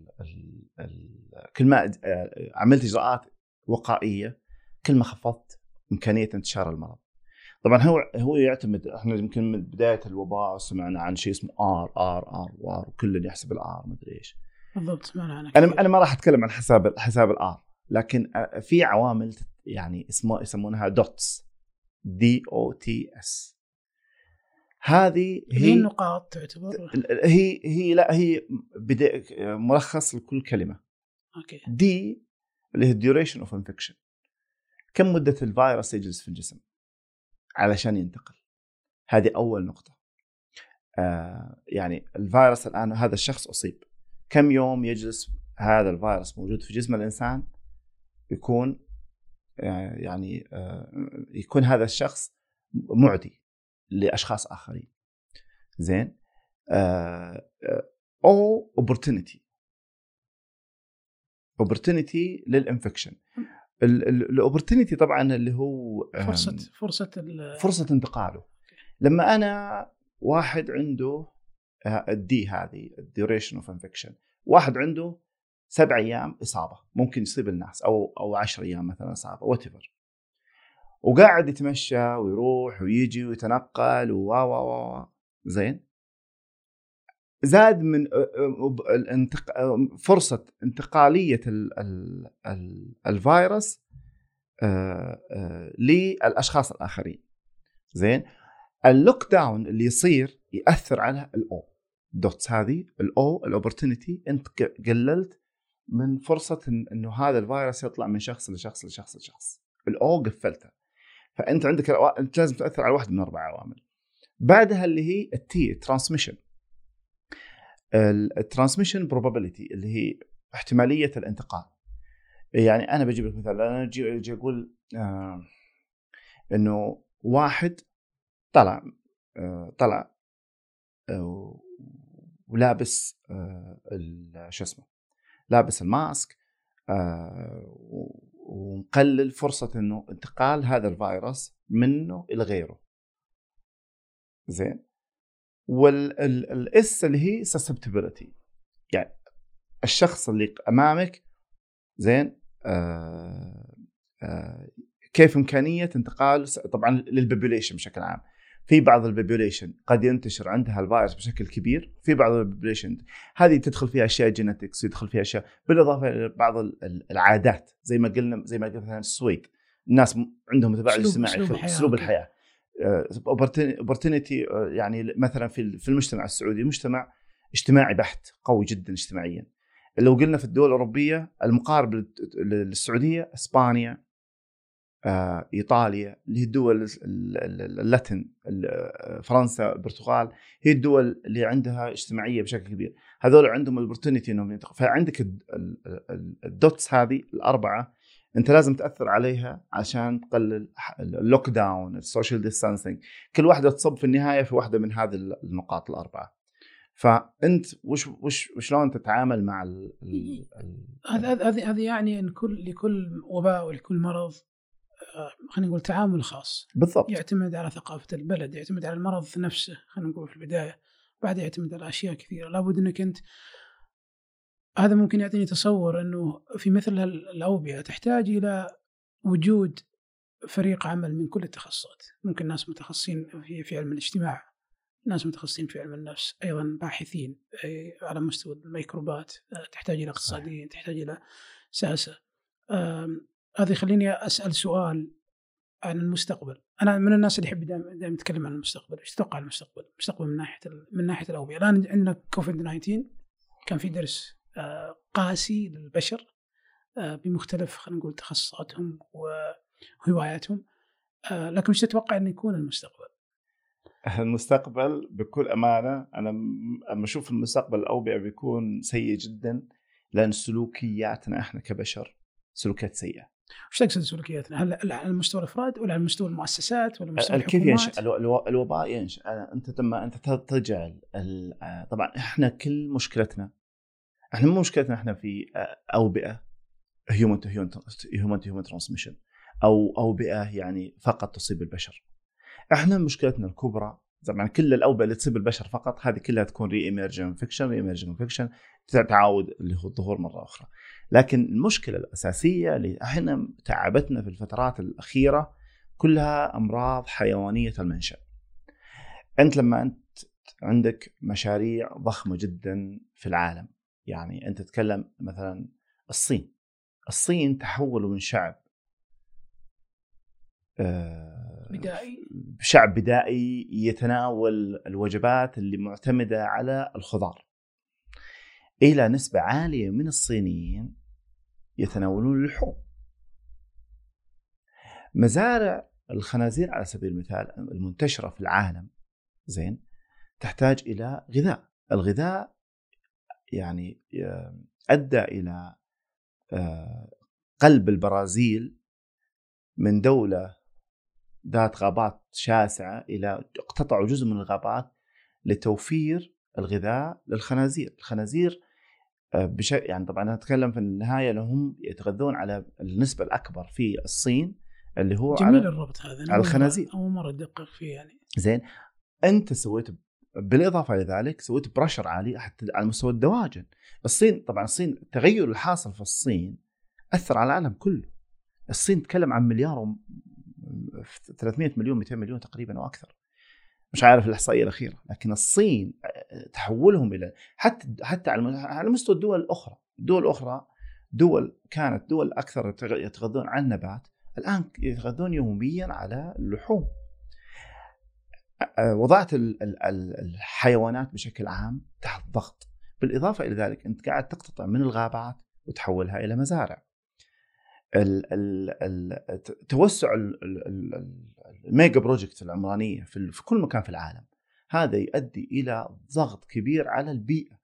كل ما عملت اجراءات وقائيه كل ما خفضت امكانيه انتشار المرض. طبعا هو يعتمد. احنا يمكن من بدايه الوباء سمعنا عن شيء اسمه ار وكل يحسب الار مدري ايش بالضبط سمعنا عنها انا ما راح اتكلم عن حساب الار، لكن في عوامل يعني يسمونها دوتس DOTS. هذه هي النقاط تعتبر هي ملخص لكل كلمه. اوكي. دي اللي هي duration of infection، كم مده الفيروس يجلس في الجسم علشان ينتقل. هذه اول نقطه. يعني الفيروس الان هذا الشخص اصيب، كم يوم يجلس هذا الفيروس موجود في جسم الانسان يكون يعني يكون هذا الشخص معدي لاشخاص اخرين. زين. او opportunity للانفكشن. الاوبورتونيتي طبعا اللي هو فرصه انتقاله. لما انا واحد عنده الدي هذه الديوريشن اوف انفكشن، واحد عنده 7 أيام اصابه ممكن يصيب الناس او 10 أيام مثلا اصابه واتيفر، وقاعد يتمشى ويروح ويجي ويتنقل زين. زاد من فرصة انتقالية الفيروس للأشخاص الآخرين. زين. اللوك داون اللي يصير يأثر على الأو دوتس هذه الأوبورتونيتي. أنت قللت من فرصة إنه هذا الفيروس يطلع من شخص لشخص لشخص لشخص. الأو قفلتها، فأنت عندك أنت لازم تأثر على واحد من 4 عوامل. بعدها اللي هي التي ترانسميشن. الترانسميشن probability اللي هي احتمالية الانتقال. يعني أنا بجيب لك مثال. أنا أجي أقول إنه واحد طلع ولابس شو اسمه لابس الماسك ونقلل فرصة إنه انتقال هذا الفيروس منه إلى غيره. زين. والاس اللي هي susceptibility، يعني الشخص اللي امامك زين كيف امكانيه انتقال طبعا للبوبوليشن بشكل عام. في بعض البوبوليشن قد ينتشر عندها الفيروس بشكل كبير، في بعض البوبوليشن هذه تدخل فيها اشياء جينيتكس، يدخل فيها اشياء بالاضافه الى بعض العادات زي ما قلنا مثلا السويد، الناس عندهم تباعد اجتماعي، اسلوب الحياه. opportunity يعني مثلا في المجتمع السعودي مجتمع اجتماعي بحت قوي جدا اجتماعيا. لو قلنا في الدول الأوروبية المقارب للسعودية اسبانيا، ايطاليا اللي هي الدول اللاتين، فرنسا، البرتغال، هي الدول اللي عندها اجتماعية بشكل كبير. هذول عندهم الopportunity انهم ينتقلوا. فعندك الدوتس هذه ال4 انت لازم تاثر عليها عشان تقلل اللوك داون، السوشيال ديستانسينج. كل واحده تصب في النهايه في واحده من هذه النقاط ال4. فانت شلون تتعامل مع هذه يعني ان لكل وباء ولكل مرض خلينا نقول تعامل خاص. بالضبط. يعتمد على ثقافه البلد، يعتمد على المرض نفسه خلينا نقول في البدايه، بعد يعتمد على اشياء كثيره. لابد انك انت هذا ممكن يعطيني تصور أنه في مثل الأوبئة تحتاج إلى وجود فريق عمل من كل التخصصات. ممكن ناس متخصصين في علم الاجتماع، ناس متخصصين في علم النفس، أيضا باحثين على مستوى الميكروبات، تحتاج إلى اقتصاديين، تحتاج إلى ساسة. هذا يخليني أسأل سؤال عن المستقبل. أنا من الناس اللي يحب دائما أتكلم عن المستقبل. إيش تتوقع المستقبل؟ المستقبل من ناحية الأوبئة. الآن عندنا كوفيد 19 كان في درس قاسي للبشر بمختلف خلينا نقول تخصصاتهم وهواياتهم، لكن مش تتوقع أن يكون المستقبل؟ المستقبل بكل أمانة أنا أما أشوف المستقبل الأوبئة بيكون سيء جدا، لأن سلوكياتنا إحنا كبشر سلوكيات سيئة. وش تقصد سلوكياتنا؟ هل على مستوى الافراد ولا على مستوى المؤسسات ولا مستوى كيف ينشأ الحكومات؟ الوباء؟ ينشأ انت لما انت تجعل طبعا احنا كل مشكلتنا، احنا مو مشكلتنا احنا في اوبئه هيومن تو هيومن ترانسميشن او اوبئه يعني فقط تصيب البشر. احنا مشكلتنا الكبرى طبعا كل الاوبئه اللي تصيب البشر فقط هذه كلها تكون ري ايمرجنج انفكشن تعاود اللي هو الظهور مره اخرى. لكن المشكله الاساسيه اللي احنا تعبتنا في الفترات الاخيره كلها امراض حيوانيه المنشأ. انت لما انت عندك مشاريع ضخمه جدا في العالم، يعني انت تتكلم مثلا الصين تحولوا من شعب شعب بدائي يتناول الوجبات اللي معتمدة على الخضار إلى نسبة عالية من الصينيين يتناولون اللحوم. مزارع الخنازير على سبيل المثال المنتشرة في العالم زين تحتاج إلى غذاء. الغذاء يعني أدى إلى قلب البرازيل من دولة ذات غابات شاسعة إلى اقتطعوا جزء من الغابات لتوفير الغذاء للخنازير. الخنازير يعني طبعا نتكلم في النهاية لهم يتغذون على النسبة الأكبر في الصين اللي هو جميل الربط هذا على الخنازير. أول مرة أدقق فيه يعني. زين أنت سويت بالإضافة لذلك سويت برشر عالي حتى على مستوى الدواجن. الصين طبعا الصين التغير الحاصل في الصين أثر على العالم كله. الصين تتكلم عن مليار 300 مليون 200 مليون تقريبا أو أكثر، مش عارف الإحصائية الأخيرة. لكن الصين تحولهم إلى حتى على مستوى الدول الأخرى، دول كانت دول أكثر يتغذون عن النبات الآن يتغذون يوميا على اللحوم. وضعت الحيوانات بشكل عام تحت ضغط. بالإضافة إلى ذلك أنت قاعد تقتطع من الغابات وتحولها إلى مزارع. توسع الميجا بروجكت العمرانية في كل مكان في العالم هذا يؤدي إلى ضغط كبير على البيئة.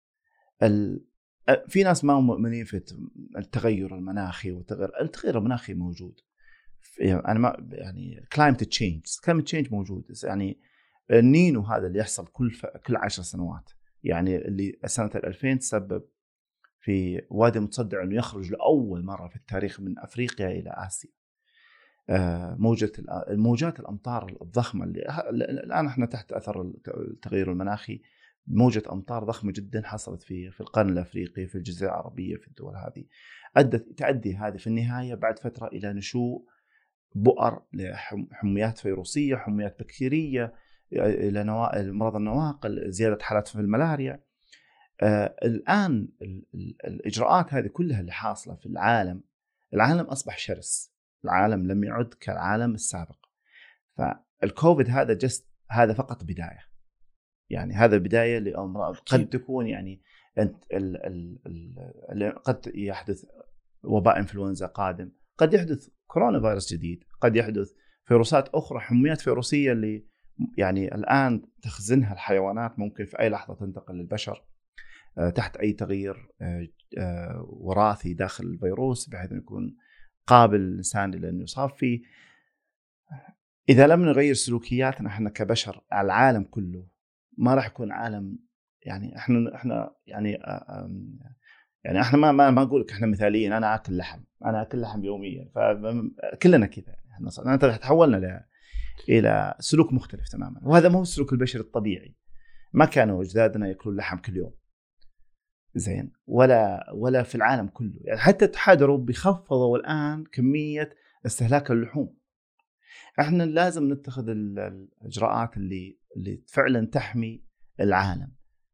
في ناس ما مؤمنين في التغير المناخي التغير المناخي موجود. أنا ما يعني climate change موجود. يعني النينو هذا اللي يحصل كل 10 سنوات، يعني اللي سنة 2000 تسبب في وادي متصدع أنه يخرج لأول مرة في التاريخ من أفريقيا إلى آسيا. موجات الأمطار الضخمة اللي الآن احنا تحت أثر التغير المناخي. موجة أمطار ضخمة جدا حصلت في القرن الأفريقي في الجزيرة العربية في الدول هذه تؤدي هذه في النهاية بعد فترة إلى نشوء بؤر لحميات فيروسية، حميات بكتيرية، إلى مرض النواقل، زيادة حالات في الملاريا. الآن الإجراءات هذه كلها اللي حاصلة في العالم أصبح شرس. العالم لم يعد كالعالم السابق. فالكوفيد هذا فقط بداية. يعني هذا بداية لأمراض قد تكون يعني قد يحدث وباء إنفلونزا قادم، قد يحدث كورونا فيروس جديد، قد يحدث فيروسات أخرى، حميات فيروسية اللي يعني الآن تخزنها الحيوانات ممكن في أي لحظة تنتقل للبشر تحت أي تغيير وراثي داخل الفيروس بحيث يكون قابل الإنسان لأنه يصاب فيه. إذا لم نغير سلوكياتنا احنا كبشر على العالم كله ما راح يكون عالم. يعني احنا يعني احنا ما اقول لك احنا مثاليين. انا اكل لحم يوميا، فكلنا كذا. احنا تحولنا الى سلوك مختلف تماما، وهذا مو السلوك البشري الطبيعي. ما كانوا اجدادنا ياكلون لحم كل يوم زين ولا في العالم كله. يعني حتى الاتحاد الاوروبي خفضوا الان كميه استهلاك اللحوم. احنا لازم نتخذ الاجراءات اللي فعلا تحمي العالم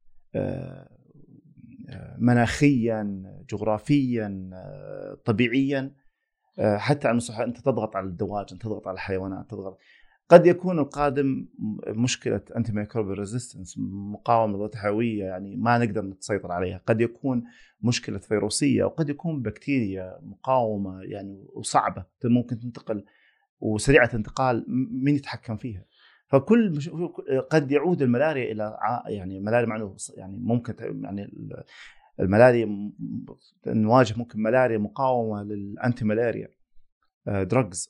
مناخيا، جغرافيا، طبيعيا. حتى على المستوى انت تضغط على الدواجن، تضغط على الحيوانات، قد يكون القادم مشكلة أنتي ميكروبيال ريزيستنس، مقاومة ضد حيوية يعني ما نقدر نسيطر عليها. قد يكون مشكلة فيروسية، وقد يكون بكتيريا مقاومة يعني وصعبة ممكن تنتقل وسريعة انتقال، من يتحكم فيها. قد يعود الملاريا إلى يعني ملاريا معروف يعني ممكن يعني الملاريا نواجه ممكن ملاريا مقاومة للأنتي ملاريا دراجز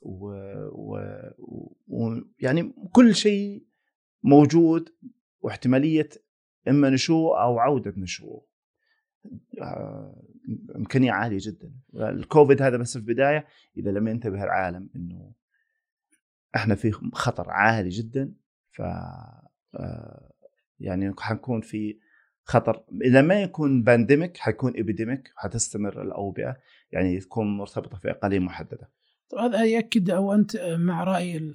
يعني كل شيء موجود، واحتمالية إما نشوء أو عودة نشوء إمكانية عالية جدا. الكوفيد هذا بس في البداية، إذا لم ينتبه العالم إنه إحنا في خطر عالي جدا، ف يعني حنكون في خطر. إذا ما يكون بانديميك حيكون إبيديميك، حتستمر الأوبئة، يعني تكون مرتبطة في أقاليم محددة. طب هذا يأكد، أو أنت مع رأي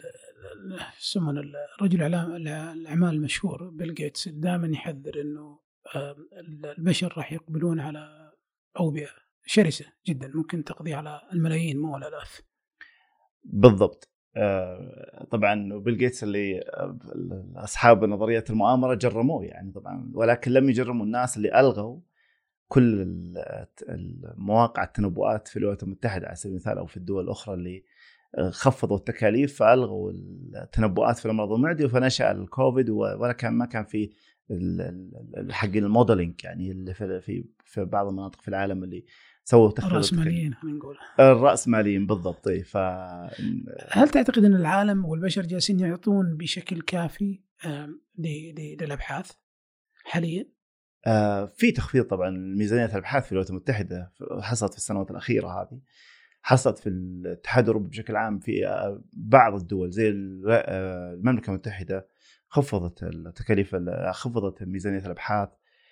الرجل الأعمال المشهور بيل غيتس دائما يحذر إنه البشر راح يقبلون على أوبئة شرسة جدا ممكن تقضي على الملايين مو الآلاف. بالضبط. طبعا بيل غيتس اللي أصحاب نظرية المؤامرة جرموه يعني طبعا، ولكن لم يجرموا الناس اللي ألغوا كل المواقع التنبؤات في الولايات المتحدة على سبيل المثال، أو في الدول الأخرى اللي خفضوا التكاليف فألغوا التنبؤات في الأمراض المعدية، فنشأ الكوفيد. ولا كان ما كان في حق الموديلينج يعني اللي في بعض المناطق في العالم اللي سووا تخفيض الرأسماليين نقول الرأسماليين بالضبط. هل تعتقد أن العالم والبشر جالسين يعطون بشكل كافي للأبحاث حاليا؟ في تخفيض طبعا ميزانية الأبحاث في الولايات المتحدة حصلت في السنوات الأخيرة هذه، حصلت في الاتحاد الأوروبي بشكل عام، في بعض الدول زي المملكة المتحدة خفضت التكاليف، خفضت ميزانية الأبحاث،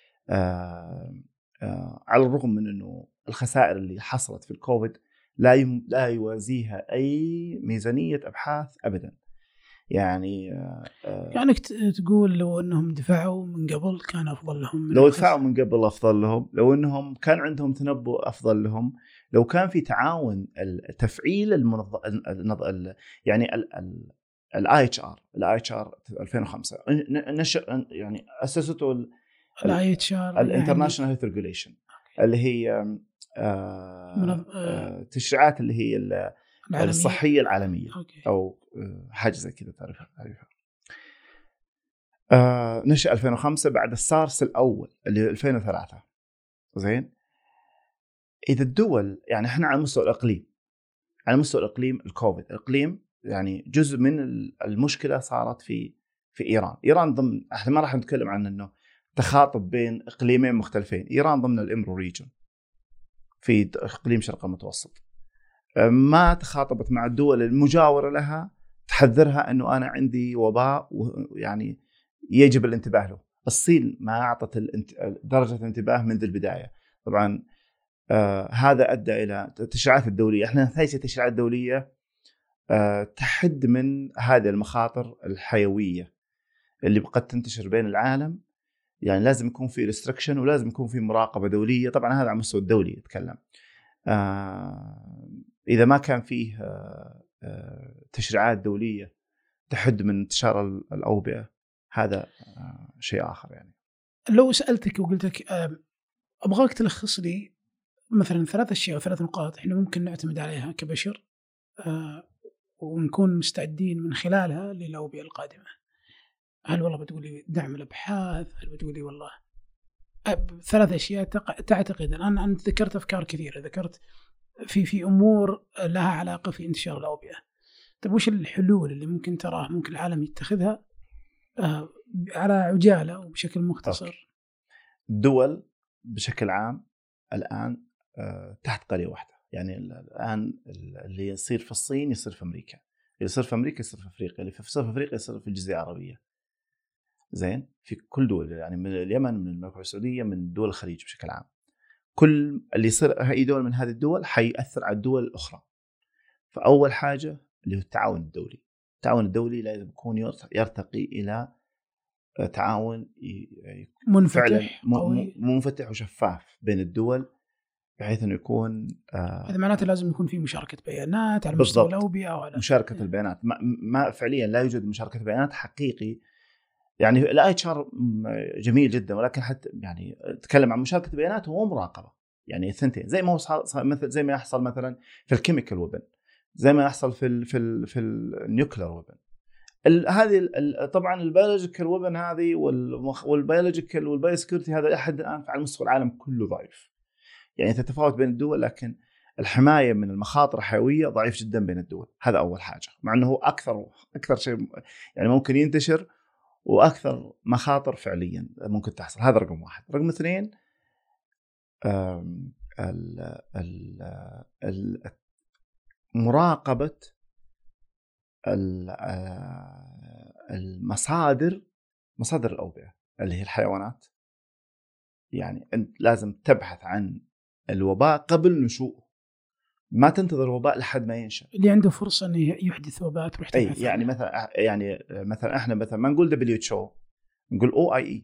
على الرغم من أنه الخسائر اللي حصلت في الكوفيد لا يوازيها أي ميزانية أبحاث أبدا. يعني يعني تقول لو أنهم دفعوا من قبل كان أفضل لهم، لو دفعوا من قبل أفضل لهم، لو أنهم كان عندهم تنبؤ أفضل لهم، لو كان في تعاون تفعيل يعني IHR 2005 نشأ يعني أسسته الانترناشنال هيلث ريجوليشن اللي هي تشريعات اللي هي الصحية العالمية أو حاجة زي كذا تعرفها. نشأ 2005 بعد السارس الأول اللي 2003. زين، إذا الدول يعني إحنا على مستوى الإقليم، على مستوى الإقليم الكوفيد الإقليم يعني جزء من المشكلة صارت في إيران ضمن، إحنا ما راح نتكلم عن إنه تخاطب بين إقليمين مختلفين. إيران ضمن الإمرو ريجون في إقليم شرق المتوسط، ما تخاطبت مع الدول المجاورة لها تحذرها أنه أنا عندي وباء ويعني يجب الانتباه له. الصين ما أعطت درجة الانتباه منذ البداية. طبعا هذا أدى إلى التشريعات الدولية. إحنا نحتاج التشريعات الدولية تحد من هذه المخاطر الحيوية اللي قد تنتشر بين العالم. يعني لازم يكون في ريستريكشن ولازم يكون في مراقبة دولية. طبعا هذا على مستوى الدولي يتكلم. إذا ما كان فيه تشريعات دولية تحد من انتشار الأوبئة، هذا شيء آخر. يعني لو سألتك وقلت لك أبغاك تلخص لي مثلا 3 أشياء أو 3 نقاط إحنا ممكن نعتمد عليها كبشر ونكون مستعدين من خلالها للأوبئة القادمة، هل والله بتقولي دعم الأبحاث؟ هل بتقولي والله 3 أشياء تعتقد؟ أنا ذكرت أفكار كثيرة، ذكرت في أمور لها علاقة في انتشار الأوبئة. طيب وش الحلول اللي ممكن تراه ممكن العالم يتخذها على عجالة وبشكل مختصر؟ الدول بشكل عام الآن تحت قرية واحدة. يعني الآن اللي يصير في الصين يصير في أمريكا، اللي يصير في أمريكا يصير في أفريقيا، اللي يصير في أفريقيا يصير في الجزيرة العربية. زين، في كل دول، يعني من اليمن، من المملكة السعودية، من دول الخليج بشكل عام. كل اللي يصير أي دولة من هذه الدول حيأثر على الدول الأخرى. فأول حاجة اللي هو التعاون الدولي. التعاون الدولي لازم يكون يرتقي إلى تعاون منفتح وشفاف بين الدول، بحيث أنه يكون هذا معناته لازم يكون في مشاركة بيانات على مستوى الأوبئة أو على مشاركة البيانات. ما فعليا لا يوجد مشاركة بيانات حقيقي. يعني الIHR جميل جدا، ولكن حتى يعني تكلم عن مشاركة بيانات ومراقبة، يعني الثنتين. زي ما هو مثل زي ما يحصل مثلا في الكيميكال ويبن، زي ما يحصل في النيوكلير ويبن. هذه طبعا البيولوجيكال ويبن هذه والبيولوجيكال والبايوسكيورتي هذا لحد الان على مستوى العالم كله ضعيف. يعني تتفاوت بين الدول، لكن الحمايه من المخاطر الحيويه ضعيف جدا بين الدول. هذا اول حاجه، مع انه هو اكثر شيء يعني ممكن ينتشر واكثر مخاطر فعليا ممكن تحصل. هذا رقم واحد. رقم اثنين، مراقبه مصادر الأوبئة اللي هي الحيوانات. يعني أنت لازم تبحث عن الوباء قبل نشوءه، ما تنتظر وباء لحد ما ينشأ. اللي عنده فرصة أنه يحدث وباء تروح تبحث. يعني مثلا احنا مثلا ما نقول WHO، نقول OIE.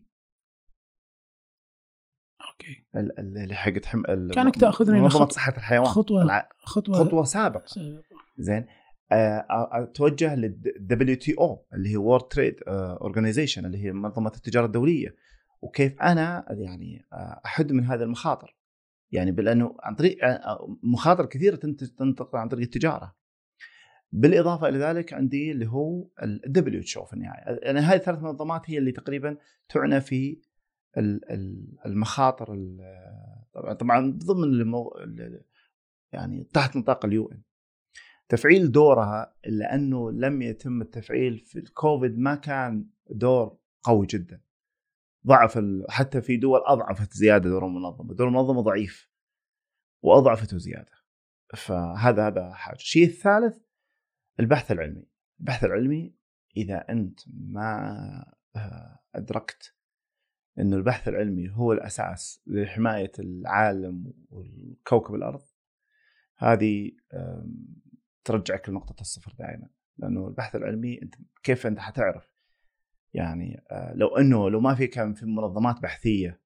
اوكي. اللي حقت كانك تاخذني منظمة صحة الحيوان، خطوة سابقة. زين. توجه لل WTO اللي هي World Trade Organization اللي هي منظمة التجارة الدولية، وكيف أنا يعني أحد من هذه المخاطر. يعني لأنه عن طريق مخاطر كثيرة تنتقل عن طريق التجارة. بالإضافة إلى ذلك عندي اللي هو WHO في النهاية. يعني هذه الثلاث منظمات هي اللي تقريبا تعنى في المخاطر طبعا ضمن يعني تحت نطاق UN. تفعيل دورها لأنه لم يتم التفعيل في الكوفيد، ما كان دور قوي جدا، ضعف حتى في دول أضعفت زيادة دور المنظمة ضعيف وأضعفته زيادة. فهذا حاجة. الشيء الثالث البحث العلمي. إذا أنت ما أدركت إنه البحث العلمي هو الأساس لحماية العالم والكوكب الأرض، هذه ترجعك لنقطة الصفر دائما. لأنه البحث العلمي كيف أنت حتعرف؟ يعني لو ما كان في منظمات بحثية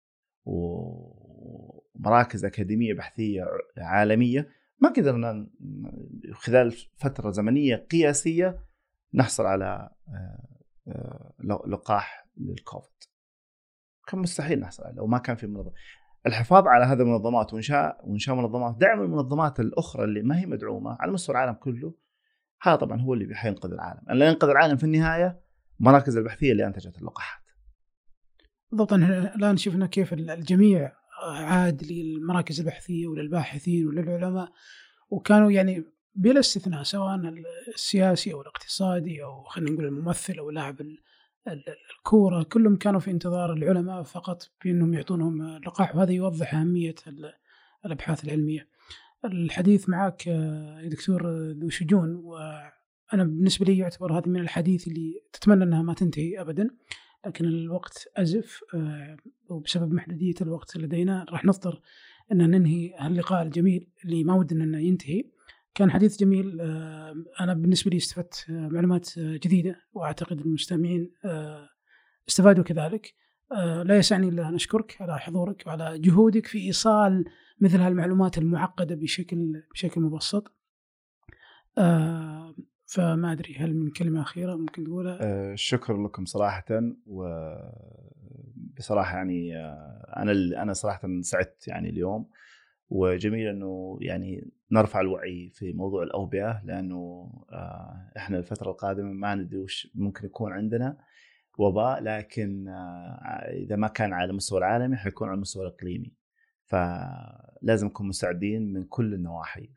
ومراكز أكاديمية بحثية عالمية، ما قدرنا خلال فترة زمنية قياسية نحصل على لقاح للكوفيد. كان مستحيل نحصل عليه لو ما كان في منظمة. الحفاظ على هذه المنظمات وإنشاء منظمات، دعم المنظمات الأخرى اللي ما هي مدعومة على مستوى العالم كله، هذا طبعا هو اللي بينقذ العالم. اللي ينقذ العالم في النهاية مراكز البحثية اللي أنتجت اللقاحات. بالضبط. الآن شفنا كيف الجميع عاد للمراكز البحثية وللباحثين وللعلماء، وكانوا يعني بلا استثناء سواء السياسي أو الاقتصادي أو خلينا نقول الممثل أو لاعب الكورة، كلهم كانوا في انتظار العلماء فقط بأنهم يعطونهم لقاح. وهذا يوضح أهمية الأبحاث العلمية. الحديث معك يا دكتور ذو شجون، وأنا بالنسبة لي يعتبر هذه من الحديث اللي تتمنى أنها ما تنتهي أبدا، لكن الوقت أزف، وبسبب محدودية الوقت لدينا راح نضطر أن ننهي هاللقاء الجميل اللي ما ودنا أنه ينتهي. كان حديث جميل. أنا بالنسبة لي استفدت معلومات جديدة، وأعتقد المستمعين استفادوا كذلك. لا يسعني إلا أن أشكرك على حضورك وعلى جهودك في إيصال مثل هالمعلومات المعقدة بشكل مبسط. فما أدري هل من كلمة أخيرة ممكن تقولها؟ شكرا لكم صراحة. وبصراحة يعني أنا صراحة سعدت يعني اليوم، وجميل أنه يعني نرفع الوعي في موضوع الأوبئة، لأنه إحنا الفترة القادمة ما ندري وش ممكن يكون عندنا وباء، لكن إذا ما كان على مستوى العالمي حيكون على المستوى الإقليمي، فلازم نكون مستعدين من كل النواحي.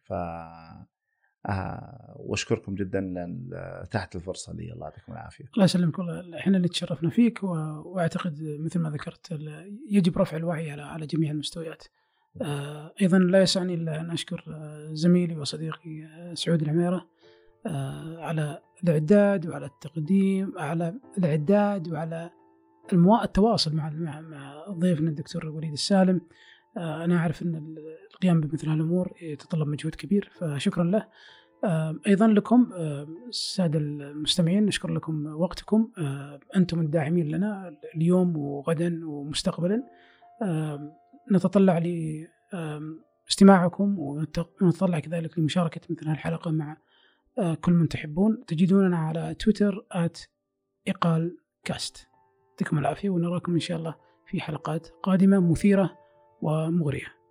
واشكركم جدا لأن تحت الفرصة لي. الله يعطيكم العافية. الله يسلمك. والله احنا اللي تشرفنا فيك، واعتقد مثل ما ذكرت يجب رفع الوعي على جميع المستويات. ايضا لا يسعني الا ان اشكر زميلي وصديقي سعود العميرة على الاعداد وعلى التقديم، على الاعداد وعلى التواصل مع ضيفنا الدكتور وليد السالم. أنا أعرف أن القيام بمثل هالأمور يتطلب مجهود كبير، فشكرا له. أيضا لكم السادة المستمعين نشكر لكم وقتكم. أنتم الداعمين لنا اليوم وغدا ومستقبلا. نتطلع لاستماعكم، ونتطلع كذلك لمشاركة مثل هالحلقة مع كل من تحبون. تجدوننا على تويتر @إقالكاست. يعطيكم العافية، ونراكم إن شاء الله في حلقات قادمة مثيرة ومغرية.